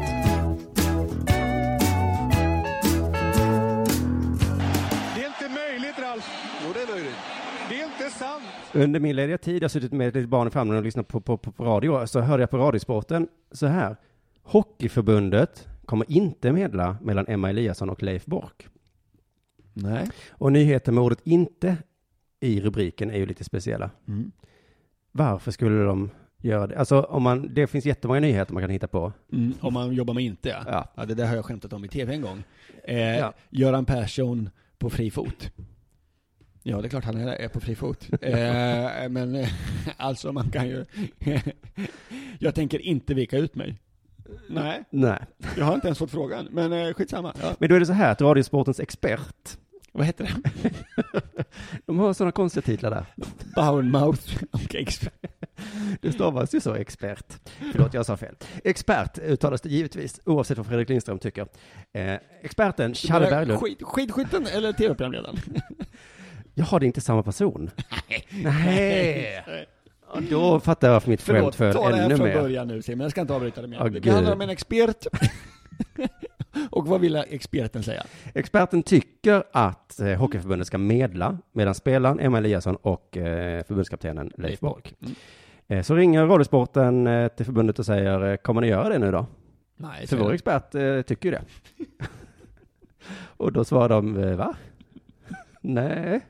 Speaker 14: Det är inte möjligt, Ralf. Jo, det är möjligt. Det är inte sant.
Speaker 8: Under min lediga tid, jag har suttit med ett litet barn i famnen och lyssnat på, på, på, på radio, så hörde jag på Radiosporten så här. Hockeyförbundet kommer inte medla mellan Emma Eliasson och Leif Bork.
Speaker 7: Nej.
Speaker 8: Och nyheten med ordet inte i rubriken är ju lite speciella.
Speaker 7: Mm.
Speaker 8: Varför skulle de göra det? Alltså, om man, det finns jättemånga nyheter man kan hitta på.
Speaker 7: Mm, om man jobbar med inte, ja.
Speaker 8: Ja.
Speaker 7: ja. Det där har jag skämtat om i tv en gång. Eh,
Speaker 8: ja.
Speaker 7: Göran Persson på fri fot. Ja, det är klart han är på fri fot. eh, men eh, alltså man kan ju... jag tänker inte vika ut mig. Nej.
Speaker 8: Nej.
Speaker 7: Jag har inte ens fått frågan, men eh, skitsamma. Ja.
Speaker 8: Men då är det så här att Radiosportens expert...
Speaker 7: Vad heter det?
Speaker 8: De har sådana konstiga titlar där.
Speaker 7: Bournemouth och expert.
Speaker 8: Det stavas ju så, expert. Förlåt, jag sa fel. Expert uttalas det givetvis, oavsett vad Fredrik Lindström tycker. Eh, experten, Challe Berglund.
Speaker 7: Skid, skidskytten eller tv-programledaren?
Speaker 8: Jag har det inte samma person. Nej. Ja, då fattar jag varför mitt skämt föll ännu mer.
Speaker 7: Förlåt, ta det här från
Speaker 8: mer.
Speaker 7: början nu, men jag ska inte avbryta det mer.
Speaker 8: Oh,
Speaker 7: det handlar om en expert. Och vad vill experten säga?
Speaker 8: Experten tycker att eh, Hockeyförbundet ska medla mellan spelaren Emma Eliasson och eh, förbundskaptenen Leif Bork. Mm. Eh, så ringer Radiosporten eh, till förbundet och säger, eh, kommer ni göra det nu då?
Speaker 7: Nej.
Speaker 8: För vår expert eh, tycker det. Och då svarar de, eh, va? Nej.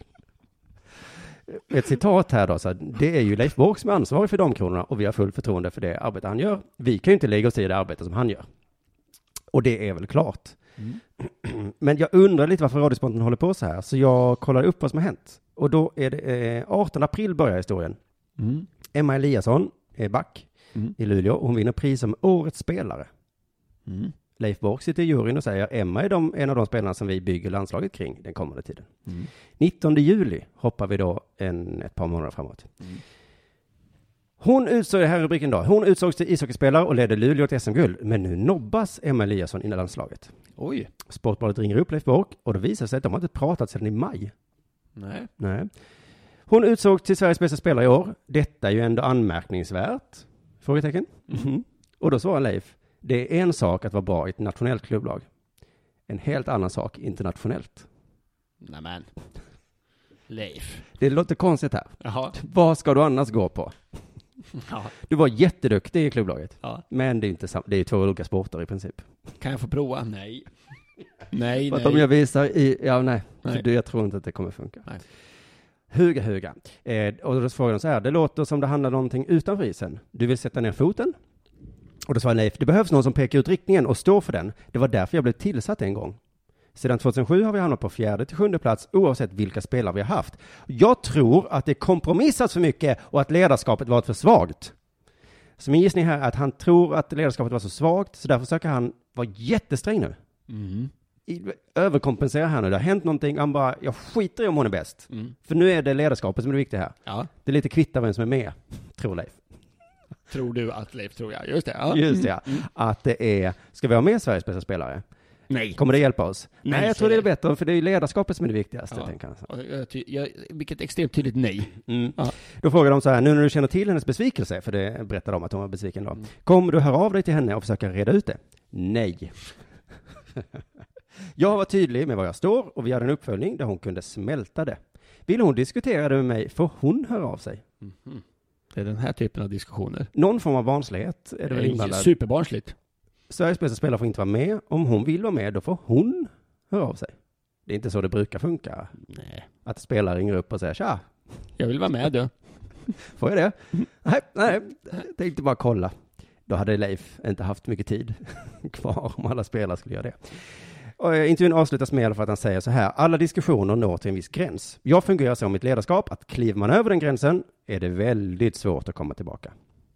Speaker 8: Ett citat här då, så här, det är ju Leif Bork som är ansvarig för de kronorna och vi har full förtroende för det arbete han gör. Vi kan ju inte lägga oss i det arbete som han gör. Och det är väl klart. Mm. Men jag undrar lite varför Radiosporten håller på så här. Så jag kollar upp vad som har hänt. Och då är det eh, artonde april börjar historien.
Speaker 7: Mm.
Speaker 8: Emma Eliasson är back mm. i Luleå. Och hon vinner pris som årets spelare.
Speaker 7: Mm.
Speaker 8: Leif Bork sitter i juryn och säger Emma är de, en av de spelarna som vi bygger landslaget kring den kommande tiden. Mm. nittonde juli hoppar vi då en, ett par månader framåt. Mm. Hon utsåg, det här rubriken då, hon utsågs till ishockeyspelare och ledde Luleå till S M-guld. Men nu nobbas Emma Eliasson in i landslaget.
Speaker 7: Oj.
Speaker 8: Sportbladet ringer upp Leif Bork och då visar sig att de har inte pratat sedan i maj.
Speaker 7: Nej.
Speaker 8: Nej. Hon utsåg till Sveriges bästa spelare i år. Detta är ju ändå anmärkningsvärt. Frågetecken. Mm. Och då svarar Leif, det är en sak att vara bra i ett nationellt klubblag. En helt annan sak internationellt.
Speaker 7: Nämen. Leif.
Speaker 8: Det låter konstigt här.
Speaker 7: Jaha.
Speaker 8: Vad ska du annars gå på?
Speaker 7: Ja.
Speaker 8: Du var jätteduktig i klubblaget.
Speaker 7: Ja.
Speaker 8: Men det är inte sam- det är två olika sporter i princip.
Speaker 7: Kan jag få prova? Nej. Nej,
Speaker 8: För att
Speaker 7: nej.
Speaker 8: om jag visar i, ja nej,
Speaker 7: nej.
Speaker 8: För jag tror inte att det kommer funka.
Speaker 7: Nej.
Speaker 8: Huga, huga. Eh, och då frågar de så här, det låter som det handlar om någonting utanför isen. Du vill sätta ner foten? Och då svarar Leif, det behövs någon som pekar ut riktningen och står för den. Det var därför jag blev tillsatt en gång. Sedan tjugohundrasju har vi hamnat på fjärde till sjunde plats oavsett vilka spelare vi har haft. Jag tror att det kompromissats för mycket och att ledarskapet varit för svagt. Så min gissning här är att han tror att ledarskapet var så svagt så därför försöker han vara jättesträng nu.
Speaker 7: Mm.
Speaker 8: I, överkompensera här nu. Det har hänt någonting. Han bara, jag skiter i om hon är bäst.
Speaker 7: Mm.
Speaker 8: För nu är det ledarskapet som är det viktiga här.
Speaker 7: Ja.
Speaker 8: Det är lite kvitta vem som är med, tror Leif.
Speaker 7: Tror du att Leif tror jag? Just det. Ja.
Speaker 8: Just det, ja. Mm. Att det är, ska vi ha med Sveriges bästa spelare?
Speaker 7: Nej.
Speaker 8: Kommer det hjälpa oss?
Speaker 7: Nej,
Speaker 8: Nej jag tror det är bättre, för det är ledarskapet som är det viktigaste.
Speaker 7: Ja.
Speaker 8: Tänker jag.
Speaker 7: Jag, ty- jag, vilket extremt tydligt nej.
Speaker 8: Mm.
Speaker 7: Ja.
Speaker 8: Då frågar de så här, nu när du känner till hennes besvikelse, för det berättar de att hon var besviken då. Mm. Kommer du höra av dig till henne och försöka reda ut det? Nej. Jag var tydlig med var jag står och vi hade en uppföljning där hon kunde smälta det. Vill hon diskutera det med mig får hon höra av sig.
Speaker 7: Mm. Det är den här typen av diskussioner.
Speaker 8: Någon form av barnslighet är det väl inblandad.
Speaker 7: Superbarnsligt.
Speaker 8: Sveriges bästa spelare får inte vara med. Om hon vill vara med, då får hon höra av sig. Det är inte så det brukar funka.
Speaker 7: Nej.
Speaker 8: Att spelare ringer upp och säger, tja.
Speaker 7: Jag vill vara med då.
Speaker 8: Får jag det? nej, nej, tänkte bara kolla. Då hade Leif inte haft mycket tid kvar om alla spelare skulle göra det. Och intervjun avslutas med för att han säger så här. Alla diskussioner når till en viss gräns. Jag fungerar så mitt ledarskap att kliver man över den gränsen är det väldigt svårt att komma tillbaka.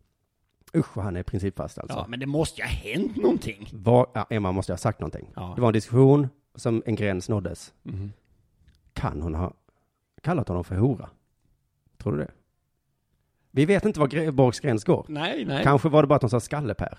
Speaker 8: Usch, han är principfast alltså.
Speaker 7: Ja, men det måste ju ha hänt någonting.
Speaker 8: Var, ja, Emma måste ha sagt någonting.
Speaker 7: Ja.
Speaker 8: Det var en diskussion som en gräns nåddes.
Speaker 7: Mm.
Speaker 8: Kan hon ha kallat honom för hora? Tror du det? Vi vet inte var Borgs gräns går.
Speaker 7: Nej, nej.
Speaker 8: Kanske var det bara att hon sa skallepär.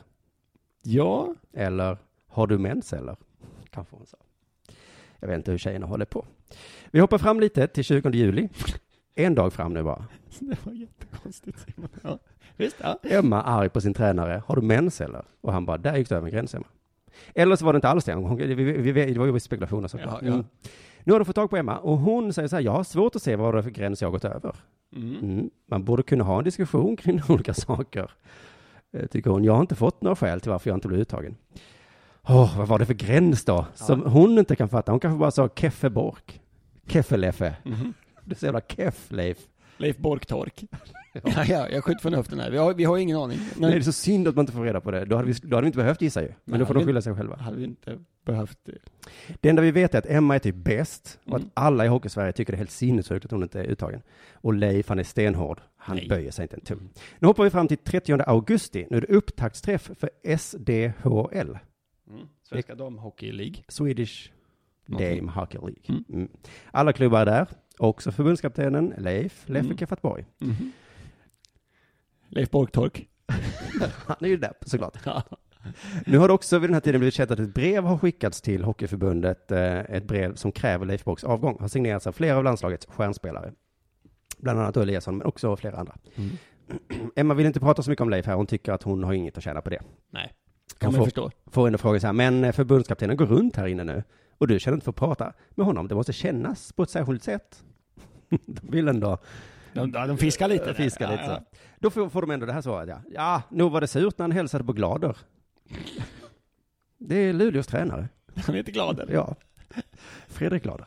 Speaker 7: Ja.
Speaker 8: Eller, har du mens eller? Kanske hon sa. Jag vet inte hur tjejerna håller på. Vi hoppar fram lite till tjugonde juli. En dag fram nu bara.
Speaker 7: Det var jättekonstigt. Ja. Visst, ja.
Speaker 8: Emma arg på sin tränare. Har du mens eller? Och han bara, där gick du över gränsen. Eller så var det inte alls det. Vi, vi, vi, det var ju spekulationer såklart.
Speaker 7: Ja, ja.
Speaker 8: Mm. Nu har de fått tag på Emma och hon säger så här, jag har svårt att se vad det är för gräns jag har gått över.
Speaker 7: Mm.
Speaker 8: Mm. Man borde kunna ha en diskussion kring olika saker. Tycker hon, jag har inte fått några skäl till varför jag inte blev uttagen. Åh, oh, vad var det för gräns då? Som ja. Hon inte kan fatta. Hon kanske bara sa Keffe Bork. Keffeleffe. Mm. Det är så jävla keff, Leif.
Speaker 7: Leif Borktork. ja. ja, ja, jag skjuter från höften här. Vi har, vi har ingen aning. Men...
Speaker 8: Nej, det är så synd att man inte får reda på det. Då hade vi, då hade vi inte behövt gissa ju. Men Nej, då får de skylla sig själva.
Speaker 7: Hade vi inte behövt det.
Speaker 8: Det enda vi vet är att Emma är typ bäst. Och
Speaker 7: mm.
Speaker 8: att alla i Hockeysverige tycker det är helt sinnessjukt att hon inte är uttagen. Och Leif, han är stenhård. Han
Speaker 7: Nej.
Speaker 8: böjer sig inte en tum. Nu hoppar vi fram till trettionde augusti. Nu är det upptaktsträff för S D H L.
Speaker 7: Mm. Svenska Damhockey League.
Speaker 8: Swedish
Speaker 7: Någonting.
Speaker 8: Dame Hockey League.
Speaker 7: Mm.
Speaker 8: Mm. Alla klubbar är där. Också förbundskaptenen Leif Leffe mm. Keffatborg.
Speaker 7: Mm. Leif Borktork.
Speaker 8: Han är ju där såklart. Ja. Nu har det också vid den här tiden blivit känt att ett brev har skickats till Hockeyförbundet. Ett brev som kräver Leif Borks avgång. Har signerats av flera av landslagets stjärnspelare. Bland annat Eliasson, men också flera andra. Mm. Emma vill inte prata så mycket om Leif här. Hon tycker att hon har inget att tjäna på det.
Speaker 7: Nej, kan man
Speaker 8: får,
Speaker 7: förstå.
Speaker 8: Får ändå fråga så här, men förbundskaptenen går runt här inne nu. Och du känner inte för att prata med honom. Det måste kännas på ett särskilt sätt. De vill ändå...
Speaker 7: De, de fiskar lite.
Speaker 8: Fiskar
Speaker 7: ja,
Speaker 8: lite
Speaker 7: ja.
Speaker 8: Så. Då får, får de ändå det här svaret. Ja, ja nog var det surt när han hälsade på Glader. Det är Luleås tränare.
Speaker 7: Han heter Glader.
Speaker 8: Ja, Fredrik Glader.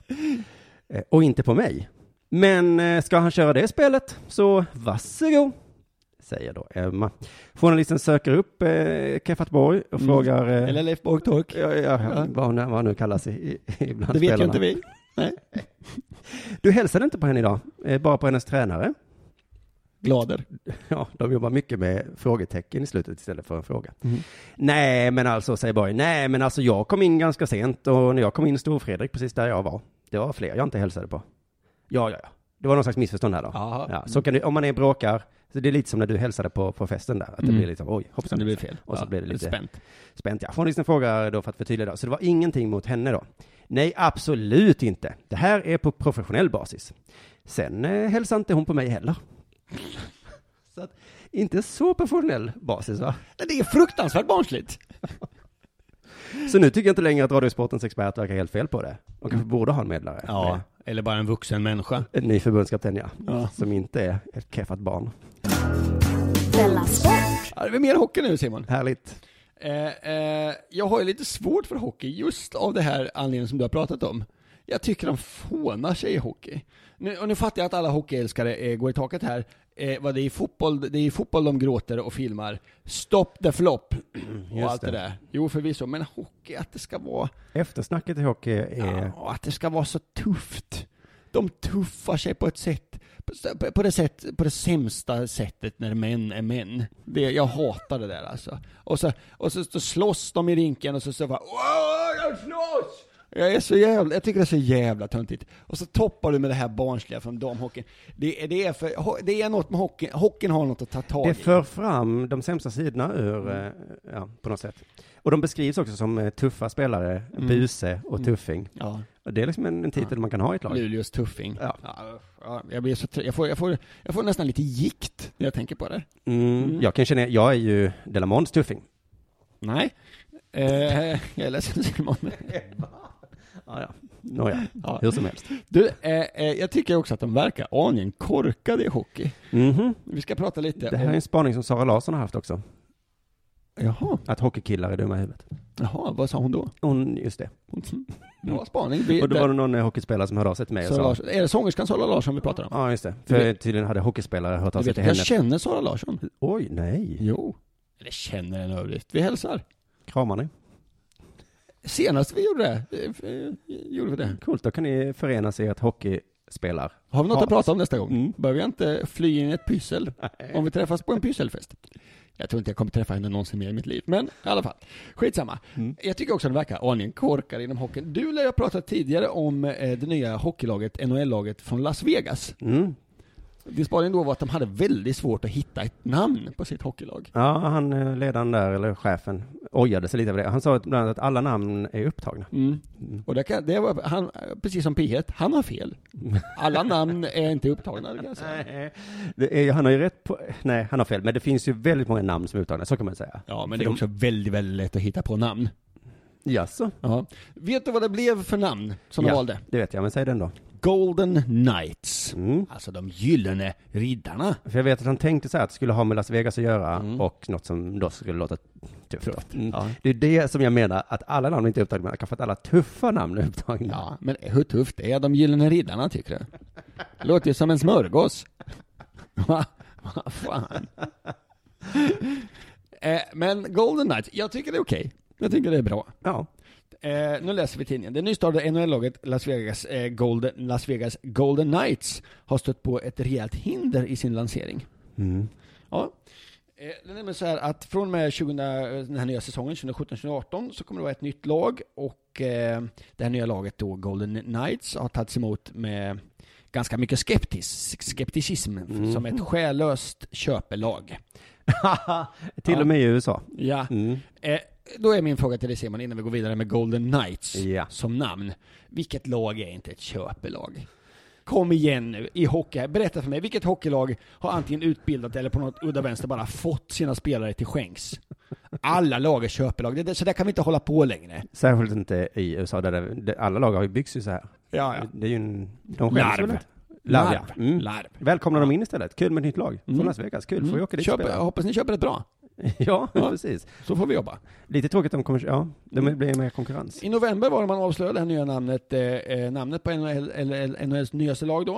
Speaker 8: Och inte på mig. Men ska han köra det spelet så varsågod. säger då Emma. Journalisten söker upp eh, Keffat Borg och mm. frågar... Eh,
Speaker 7: Eller Leif Borgtork.
Speaker 8: Ja, ja, ja. Vad, vad han nu kallas i, i, ibland.
Speaker 7: Det vet
Speaker 8: spelarna.
Speaker 7: ju inte vi. Nej.
Speaker 8: Du hälsade inte på henne idag, eh, bara på hennes tränare.
Speaker 7: Glader.
Speaker 8: Ja, de jobbar mycket med frågetecken i slutet istället för en fråga.
Speaker 7: Mm.
Speaker 8: Nej, men alltså, säger Borg, nej, men alltså jag kom in ganska sent och när jag kom in stod Fredrik precis där jag var. Det var fler jag inte hälsade på. Ja, ja, ja. Det var någon slags missförstånd här då. Ja, så kan du, om man är bråkar, så det är lite som när du hälsade på, på festen där. Att det
Speaker 7: mm.
Speaker 8: blir liksom, oj, hoppsan.
Speaker 7: Det blir fel.
Speaker 8: Och så
Speaker 7: ja,
Speaker 8: blir det lite
Speaker 7: spänt.
Speaker 8: Spänt, ja. Journalisten frågar då för att förtydliga då. Så det var ingenting mot henne då. Nej, absolut inte. Det här är på professionell basis. Sen eh, hälsar inte hon på mig heller. Så att, inte så professionell basis, va?
Speaker 7: Det är fruktansvärt barnsligt.
Speaker 8: Så nu tycker jag inte längre att Radiosportens expert verkar helt fel på det. Och kanske borde ha en medlare.
Speaker 7: Ja,
Speaker 8: med.
Speaker 7: Eller bara en vuxen människa.
Speaker 8: En ny förbundskapten, ja.
Speaker 7: ja.
Speaker 8: Som inte är ett keffat barn.
Speaker 7: Ja, det är mer hockey nu, Simon.
Speaker 8: Härligt.
Speaker 7: Eh, eh, jag har ju lite svårt för hockey just av det här anledningen som du har pratat om. Jag tycker de fånar sig i hockey. Nu, och nu fattar jag att alla hockeyälskare eh, går i taket här. Eh, vad det är i fotboll, det är i fotboll de gråter och filmar. Stop the flop och
Speaker 8: Just
Speaker 7: allt det.
Speaker 8: det
Speaker 7: där. Jo, förvisso, men hockey, att det ska vara...
Speaker 8: Eftersnacket i hockey är...
Speaker 7: Ja, att det ska vara så tufft. De tuffar sig på ett sätt, på, på, det, sätt, på det sämsta sättet när män är män. Det, jag hatar det där alltså. Och så, och så, så slåss de i rinken och så så bara, åh, jag slåss! Jag är så jävla, jag tycker det är så jävla töntigt. Och så toppar du med det här barnsliga från damhockeyn. Det, det, är för, det är något med hockeyn. Hockeyn har något att ta tag i.
Speaker 8: Det för fram de sämsta sidorna ur, mm. ja, på något sätt. Och de beskrivs också som tuffa spelare, mm. buse och tuffing.
Speaker 7: Ja.
Speaker 8: Och det är liksom en, en titel ja. man kan ha i ett lag.
Speaker 7: Luleås tuffing.
Speaker 8: Ja.
Speaker 7: Ja, ja, jag, blir så trö- jag, får, jag, får, jag får nästan lite gikt när jag tänker på det.
Speaker 8: Mm. Mm. Jag kan känna, jag är ju Delamonts tuffing.
Speaker 7: Nej. Eh, jag är ledsen, Simon.
Speaker 8: Ja, ja. Nåja, ja. Hur som helst.
Speaker 7: Du, eh, eh, jag tycker också att de verkar aningen korkade i hockey.
Speaker 8: Mm-hmm.
Speaker 7: Vi ska prata lite
Speaker 8: Det här
Speaker 7: om...
Speaker 8: är en spaning som Sara Larsson har haft också.
Speaker 7: Jaha.
Speaker 8: Att hockeykillar är dumma i huvudet.
Speaker 7: Jaha, vad sa hon då?
Speaker 8: Hon, just det.
Speaker 7: Bra spaning. Vi,
Speaker 8: och då var det någon hockeyspelare som hörde av sig till mig och sa...
Speaker 7: Larsson. Är det sångerskan Sara Larsson vi pratar om?
Speaker 8: Ja, just det. För vet, tydligen hade hockeyspelare hört av sig till henne.
Speaker 7: Jag känner Sara Larsson.
Speaker 8: Oj, nej.
Speaker 7: Jo. Eller känner en överdrift. Vi hälsar.
Speaker 8: Kramar ni?
Speaker 7: Senast vi gjorde det, gjorde vi det.
Speaker 8: Coolt, då kan ni förenas i ett hockeyspelar.
Speaker 7: Har vi något
Speaker 8: Hat.
Speaker 7: att prata om nästa gång?
Speaker 8: Mm.
Speaker 7: Behöver jag inte fly in i ett pyssel? Nej. Om vi träffas på en pysselfest. Jag tror inte jag kommer träffa henne någonsin mer i mitt liv. Men i alla fall, skitsamma. Mm. Jag tycker också att det verkar aningen korkar inom hockeyn. Du lär jag pratat tidigare om eh, det nya hockeylaget, N H L-laget från Las Vegas. Mm. Din spaning då var att de hade väldigt svårt att hitta ett namn på sitt hockeylag.
Speaker 8: Ja, han ledaren där, eller chefen, ojade sig lite över det. Han sa bland annat att alla namn är upptagna.
Speaker 7: Mm. Mm. Och det, kan, det var, han, precis som P ett, han har fel. Alla namn är inte upptagna, kan jag säga.
Speaker 8: Nej, det är, han har ju rätt på, nej, han har fel. Men det finns ju väldigt många namn som är upptagna, så kan man säga.
Speaker 7: Ja, men för det är de, också väldigt, väldigt lätt att hitta på namn.
Speaker 8: Jaså?
Speaker 7: Ja. Vet du vad det blev för namn som
Speaker 8: ja,
Speaker 7: de valde?
Speaker 8: Det vet jag, men säg den då.
Speaker 7: Golden Knights. Mm. Alltså de gyllene riddarna.
Speaker 8: För jag vet att han tänkte så här att det skulle ha med Las Vegas att göra mm. och något som då skulle låta tufft. Mm. Ja. Det är det som jag menar, att alla namn inte är upptagna, men kanske att alla tuffa namn är upptagna.
Speaker 7: Ja, men hur tufft är de gyllene riddarna, tycker du? Det låter ju som en smörgås. Vad Va, fan? eh, men Golden Knights, jag tycker det är okej. Okay. Jag tycker det är bra.
Speaker 8: Ja.
Speaker 7: Eh, nu läser vi tidningen. Det nystartade N H L-laget Las Vegas, eh, Golden, Las Vegas Golden Knights har stött på ett rejält hinder i sin lansering.
Speaker 8: Mm.
Speaker 7: Ja. Eh, det är nämligen så här att från och med tjugo, den här nya säsongen tjugo sjutton tjugo arton så kommer det vara ett nytt lag, och eh, det här nya laget då, Golden Knights, har tagits emot med ganska mycket skeptis, skepticism mm. som ett själöst köpelag.
Speaker 8: Till och med i U S A.
Speaker 7: Ja. Mm. Eh, Då är min fråga till dig, Simon, innan vi går vidare med Golden Knights ja. som namn. Vilket lag är inte ett köpelag? Kom igen nu, i hockey. Berätta för mig, vilket hockeylag har antingen utbildat eller på något udda vänster bara fått sina spelare till skänks? Alla lag är köpelag, det, så där kan vi inte hålla på längre.
Speaker 8: Särskilt inte i U S A, där det, det, alla lag har ju byggts ju så här.
Speaker 7: Ja, ja.
Speaker 8: Det är ju en... De
Speaker 7: Larv.
Speaker 8: Larv, ja. Mm.
Speaker 7: Larv.
Speaker 8: Välkomna dem in istället. Kul med ett nytt lag. Från
Speaker 7: Mm.
Speaker 8: Las Vegas. Kul,
Speaker 7: Mm.
Speaker 8: får vi åka dit
Speaker 7: Köp,
Speaker 8: och spela.
Speaker 7: jag hoppas ni köper ett bra.
Speaker 8: ja, ja, precis.
Speaker 7: Så får vi jobba.
Speaker 8: Lite tråkigt om kommer, ja, det blir mer konkurrens.
Speaker 7: I november var det man avslöjade det här nya namnet, eh, namnet på N H L, eller N H L:s nyaste lag då.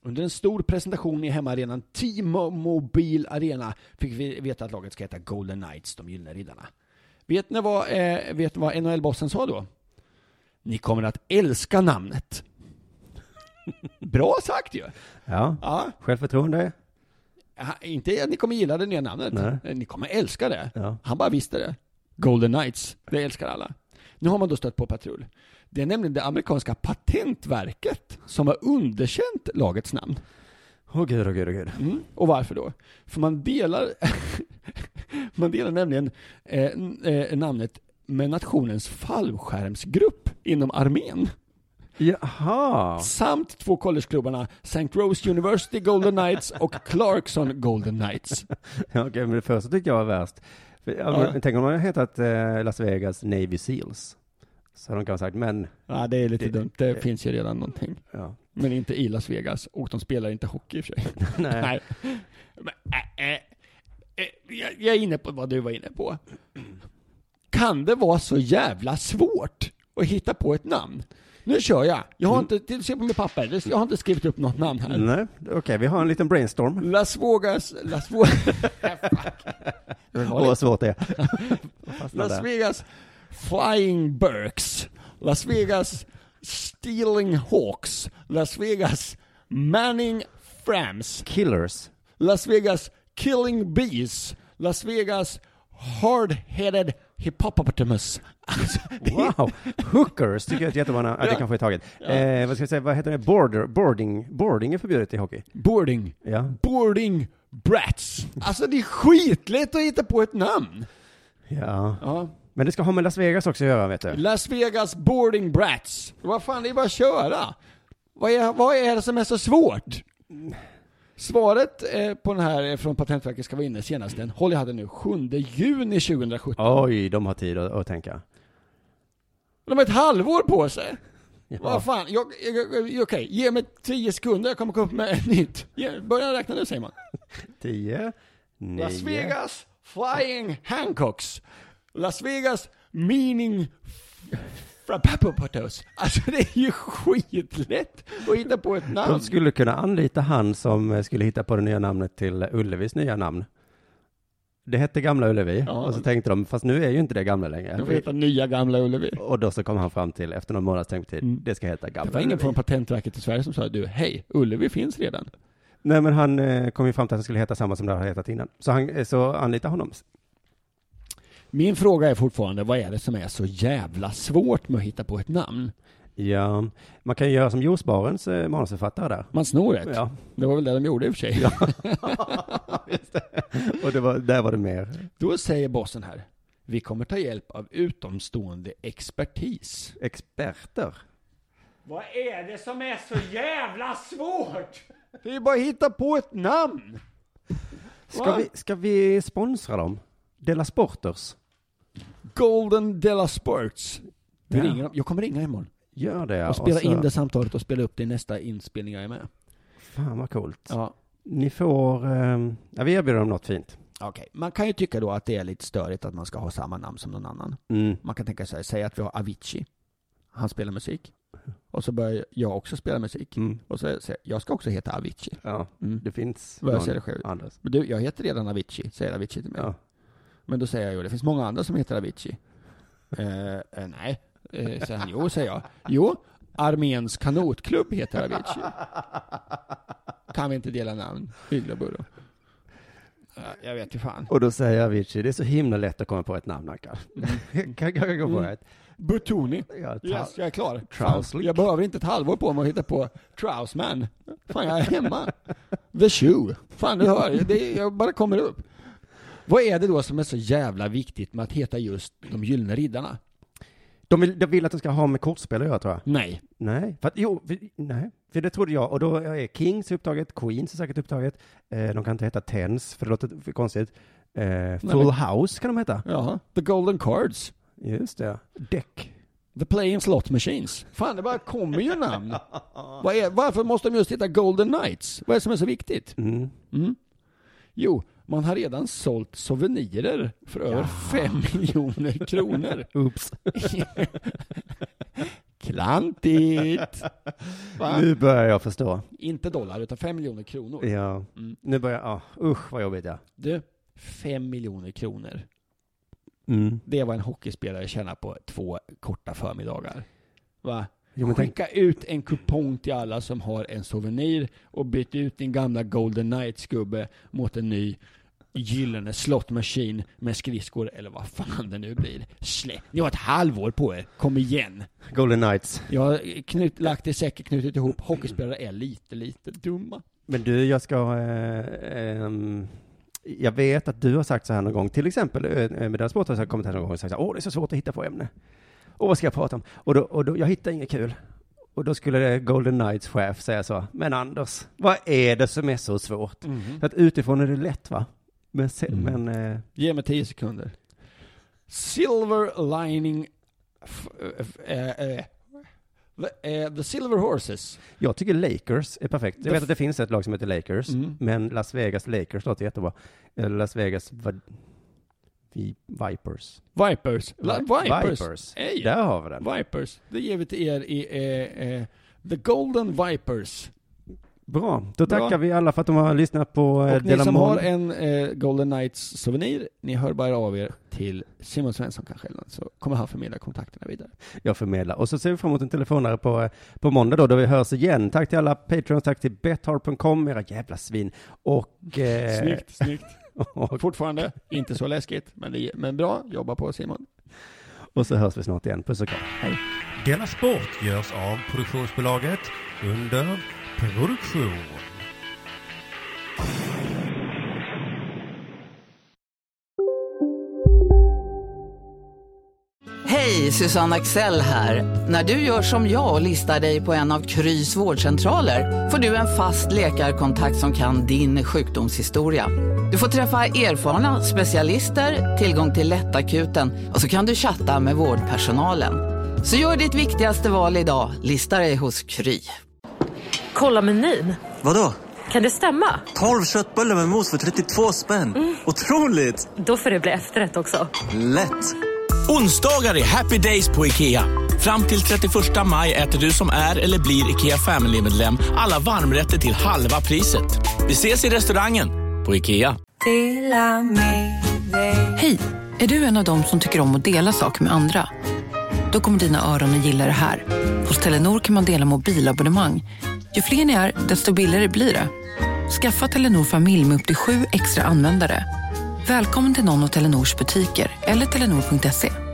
Speaker 7: Under en stor presentation i hemmaarenan T-Mobile Arena fick vi veta att laget ska heta Golden Knights, de gyllene riddarna. Vet ni vad, eh, vet ni vad N H L-bossen sa då? Ni kommer att älska namnet. Bra sagt ju.
Speaker 8: Ja, ja. Självförtroende.
Speaker 7: Ja, inte att ni kommer gilla det nya namnet.
Speaker 8: Nej.
Speaker 7: Ni kommer älska det.
Speaker 8: Ja.
Speaker 7: Han bara visste det. Golden Knights, det älskar alla. Nu har man då stött på patrull. Det är nämligen det amerikanska patentverket som har underkänt lagets namn.
Speaker 8: Åh gud, åh gud, åh gud.
Speaker 7: Mm. Och varför då? För man delar man delar nämligen eh, eh, namnet med nationens fallskärmsgrupp inom armén.
Speaker 8: Jaha.
Speaker 7: Samt två collegeklubbarna Saint Rose University Golden Knights och Clarkson Golden Knights.
Speaker 8: Ja, okej, men det första tyckte jag var värst. För, ja. Ja. Tänk om man hade hetat eh, Las Vegas Navy Seals. Så de kan ha sagt, men...
Speaker 7: Ja, det är lite det, dumt. Det, det finns ju redan någonting.
Speaker 8: Ja.
Speaker 7: Men inte i Las Vegas. Och de spelar inte hockey i och för sig.
Speaker 8: Nej.
Speaker 7: Nej. Men, äh, äh, äh, jag, jag är inne på vad du var inne på. Kan det vara så jävla svårt att hitta på ett namn? Nu kör jag. Jag har inte, till, se på mitt papper. Jag har inte skrivit upp något namn här.
Speaker 8: Nej, okej, okay, vi har en liten brainstorm.
Speaker 7: Las Vegas, Las Vegas.
Speaker 8: Vad svårt det är.
Speaker 7: Las Vegas Flying Burks. Las Vegas Stealing Hawks. Las Vegas Manning Frams.
Speaker 8: Killers.
Speaker 7: Las Vegas Killing Bees. Las Vegas Hard-Headed Hippopotamus. Alltså,
Speaker 8: wow, hookers tycker jag är jättebra. Ja. Det kanske är taget. Ja. Eh, vad ska jag säga, vad heter det? Border, boarding. Boarding är förbjudet i hockey.
Speaker 7: Boarding.
Speaker 8: Ja.
Speaker 7: Boarding brats. Alltså det är skitlätt att hitta på ett namn.
Speaker 8: Ja.
Speaker 7: Ja.
Speaker 8: Men det ska ha med Las Vegas också att göra, vet du.
Speaker 7: Las Vegas Boarding Brats. Vad fan, det är bara att köra. Vad är, vad är det som är så svårt? Svaret eh, på den här från Patentverket ska vara inne senast den. Håll, jag hade nu sjunde juni tjugohundrasjutton.
Speaker 8: Oj, de har tid att, att tänka.
Speaker 7: De har ett halvår på sig.
Speaker 8: Ja.
Speaker 7: Vad fan, jag, jag, jag, okej, okay. Ge mig tio sekunder, jag kommer komma upp med ett nytt. Börja räkna nu, säger man.
Speaker 8: Tio, nio.
Speaker 7: Las Vegas Flying Hancocks. Las Vegas Meaning Frappapatos. Alltså det är ju skitlätt att hitta på ett namn.
Speaker 8: De skulle kunna anlita han som skulle hitta på det nya namnet till Ullevis nya namn. Det hette Gamla Ullevi. Ja. Och så tänkte de, fast nu är ju inte det gamla längre.
Speaker 7: Det får heta nya Gamla Ullevi.
Speaker 8: Och då så kom han fram till, efter någon månads tänktid, mm. det ska heta Gamla Ullevi.
Speaker 7: Det var ingen från Patentverket i Sverige som sa, du, hej, Ullevi finns redan.
Speaker 8: Nej, men han eh, kom ju fram till att det skulle heta samma som det har hetat innan. Så han så anlitade honom.
Speaker 7: Min fråga är fortfarande, vad är det som är så jävla svårt med att hitta på ett namn?
Speaker 8: Ja, man kan ju göra som Josbarens eh, manusförfattare där.
Speaker 7: Man snor ett.
Speaker 8: Ja.
Speaker 7: Det var väl det de gjorde i och för sig.
Speaker 8: Ja. Just det. Och det var, där var det mer.
Speaker 7: Då säger bossen här, vi kommer ta hjälp av utomstående expertis.
Speaker 8: Experter?
Speaker 7: Vad är det som är så jävla svårt? Det är bara att hitta på ett namn.
Speaker 8: Ska vi, ska vi sponsra dem? Della Sporters.
Speaker 7: Golden Della Sports. Vi
Speaker 8: Ja.
Speaker 7: ringer dem. Jag kommer ringa imorgon.
Speaker 8: Gör det.
Speaker 7: Och spela
Speaker 8: och så...
Speaker 7: in det samtalet och spela upp det i nästa inspelning jag är med.
Speaker 8: Fan vad coolt.
Speaker 7: Ja.
Speaker 8: Ni får... Um... Ja, vi erbjuder dem något fint.
Speaker 7: Okej. Okay. Man kan ju tycka då att det är lite störigt att man ska ha samma namn som någon annan.
Speaker 8: Mm.
Speaker 7: Man kan tänka sig, säga att vi har Avicii. Han spelar musik. Och så börjar jag också spela musik.
Speaker 8: Mm.
Speaker 7: Och så säger jag, jag ska också heta Avicii.
Speaker 8: Ja,
Speaker 7: mm.
Speaker 8: det finns
Speaker 7: vad jag säger det själv.
Speaker 8: Andres.
Speaker 7: Men du, jag heter redan Avicii, säger Avicii till mig.
Speaker 8: Ja.
Speaker 7: Men då säger jag ju, det finns många andra som heter Avicii. eh, eh, nej, eh, säger han. Jo, säger jag. Jo, Arméns kanotklubb heter Avicii. Kan vi inte dela namn? Hyggla burro. Uh, jag vet ju fan.
Speaker 8: Och då säger Avicii, det är så himla lätt att komma på ett namn, Anka. Mm. kan jag gå på mm. ett?
Speaker 7: Butoni.
Speaker 8: Ja, tra-
Speaker 7: yes, jag är klar.
Speaker 8: Trouslick.
Speaker 7: Jag behöver inte ett halvår på mig att hitta på Trousman. Fan, jag är hemma. The Shoe. Fan, du hör. Det, jag bara kommer upp. Vad är det då som är så jävla viktigt med att heta just de gyllene riddarna?
Speaker 8: De vill, de vill att de ska ha med kortspel att göra, tror jag.
Speaker 7: Nej.
Speaker 8: Nej. För att, jo, för, nej. För det trodde jag. Och då är Kings upptaget, Queens är säkert upptaget. Eh, de kan inte heta Tens, för det låter för konstigt. Eh, Full nej, House kan de heta.
Speaker 7: Ja, The Golden Cards.
Speaker 8: Just det. Deck.
Speaker 7: The Playing Slot Machines. Fan, det bara kommer ju namn. Vad är, varför måste de just heta Golden Knights? Vad är det som är så viktigt?
Speaker 8: Mm.
Speaker 7: Mm. Jo, man har redan sålt souvenirer för över fem miljoner kronor.
Speaker 8: Oops.
Speaker 7: Klantigt. Va?
Speaker 8: Nu börjar jag förstå.
Speaker 7: Inte dollar, utan fem miljoner kronor.
Speaker 8: Ja, mm. nu börjar jag, ah, usch vad jobbigt ja.
Speaker 7: Du, fem miljoner kronor.
Speaker 8: Mm.
Speaker 7: Det var en hockeyspelare tjänar på två korta förmiddagar. Va?
Speaker 8: Jo, men
Speaker 7: Skicka tänk... ut en kupong till alla som har en souvenir och byt ut din gamla Golden Knights-gubbe mot en ny gyllene slot machine med skridskor eller vad fan det nu blir. Slä. Ni har ett halvår på er. Kom igen.
Speaker 8: Golden Knights.
Speaker 7: Jag har knut, lagt det säkert knutit ihop. Hockeyspelare är lite, lite dumma.
Speaker 8: Men du, jag ska... Eh, eh, jag vet att du har sagt så här någon gång. Till exempel eh, med den sporten har jag kommit här någon gång och sagt så här, åh det är så svårt att hitta på ämne. Och vad ska jag prata om? Och då, och då jag hittar inget kul. Och då skulle det Golden Knights chef säga så. Men Anders, vad är det som är så svårt? Mm. Så att utifrån är det lätt va? Men, se, mm. men eh...
Speaker 7: ge mig tio sekunder. Silver lining f- f- äh, äh. The, uh, the Silver Horses.
Speaker 8: Jag tycker Lakers är perfekt. Jag the vet f- att det finns ett lag som heter Lakers. Mm. Men Las Vegas Lakers låter jättebra. Las Vegas va- vi- Vipers.
Speaker 7: Vipers. La- Vipers.
Speaker 8: Vipers. Hey. Där har vi den.
Speaker 7: Vipers. Det ger vi till er i eh, eh, The Golden Vipers.
Speaker 8: Bra. Då tackar Bra. vi alla för att de har lyssnat på
Speaker 7: eh, Och ni som har en eh, Golden Knights souvenir, ni hör bara av er till Simon Svensson kanske eller något, så kommer han förmedla kontakterna vidare.
Speaker 8: Jag förmedlar. Och så ser vi fram emot en telefonare på, på måndag då, då vi hörs igen. Tack till alla Patreons, tack till betthard punkt com, era jävla svin. Och... Eh...
Speaker 7: snyggt, snyggt. Och fortfarande inte så läskigt, men, det, men bra. Jobba på Simon.
Speaker 8: Och så hörs vi snart igen. Puss och kram. Hej.
Speaker 15: Della Sport görs av produktionsbolaget under produktion.
Speaker 16: Hej, Susanne Axel här. När du gör som jag och listar dig på en av Krys vårdcentraler får du en fast läkarkontakt som kan din sjukdomshistoria. Du får träffa erfarna specialister, tillgång till lättakuten och så kan du chatta med vårdpersonalen. Så gör ditt viktigaste val idag, lista dig hos Kry.
Speaker 17: Kolla menyn.
Speaker 18: Vadå?
Speaker 17: Kan det stämma?
Speaker 18: tolv köttbullar med mos för trettiotvå spänn. Mm. Otroligt!
Speaker 17: Då får det bli efterrätt också.
Speaker 18: Lätt!
Speaker 19: Onsdagar är happy days på IKEA. Fram till trettioförsta maj äter du som är eller blir IKEA Family-medlem alla varmrätter till halva priset. Vi ses i restaurangen på IKEA.
Speaker 10: Hej, är du en av dem som tycker om att dela saker med andra? Då kommer dina öron att gilla det här. Hos Telenor kan man dela mobilabonnemang. Ju fler ni är, desto billigare blir det. Skaffa Telenor familj med upp till sju extra användare. Välkommen till någon av Telenors butiker eller telenor punkt se.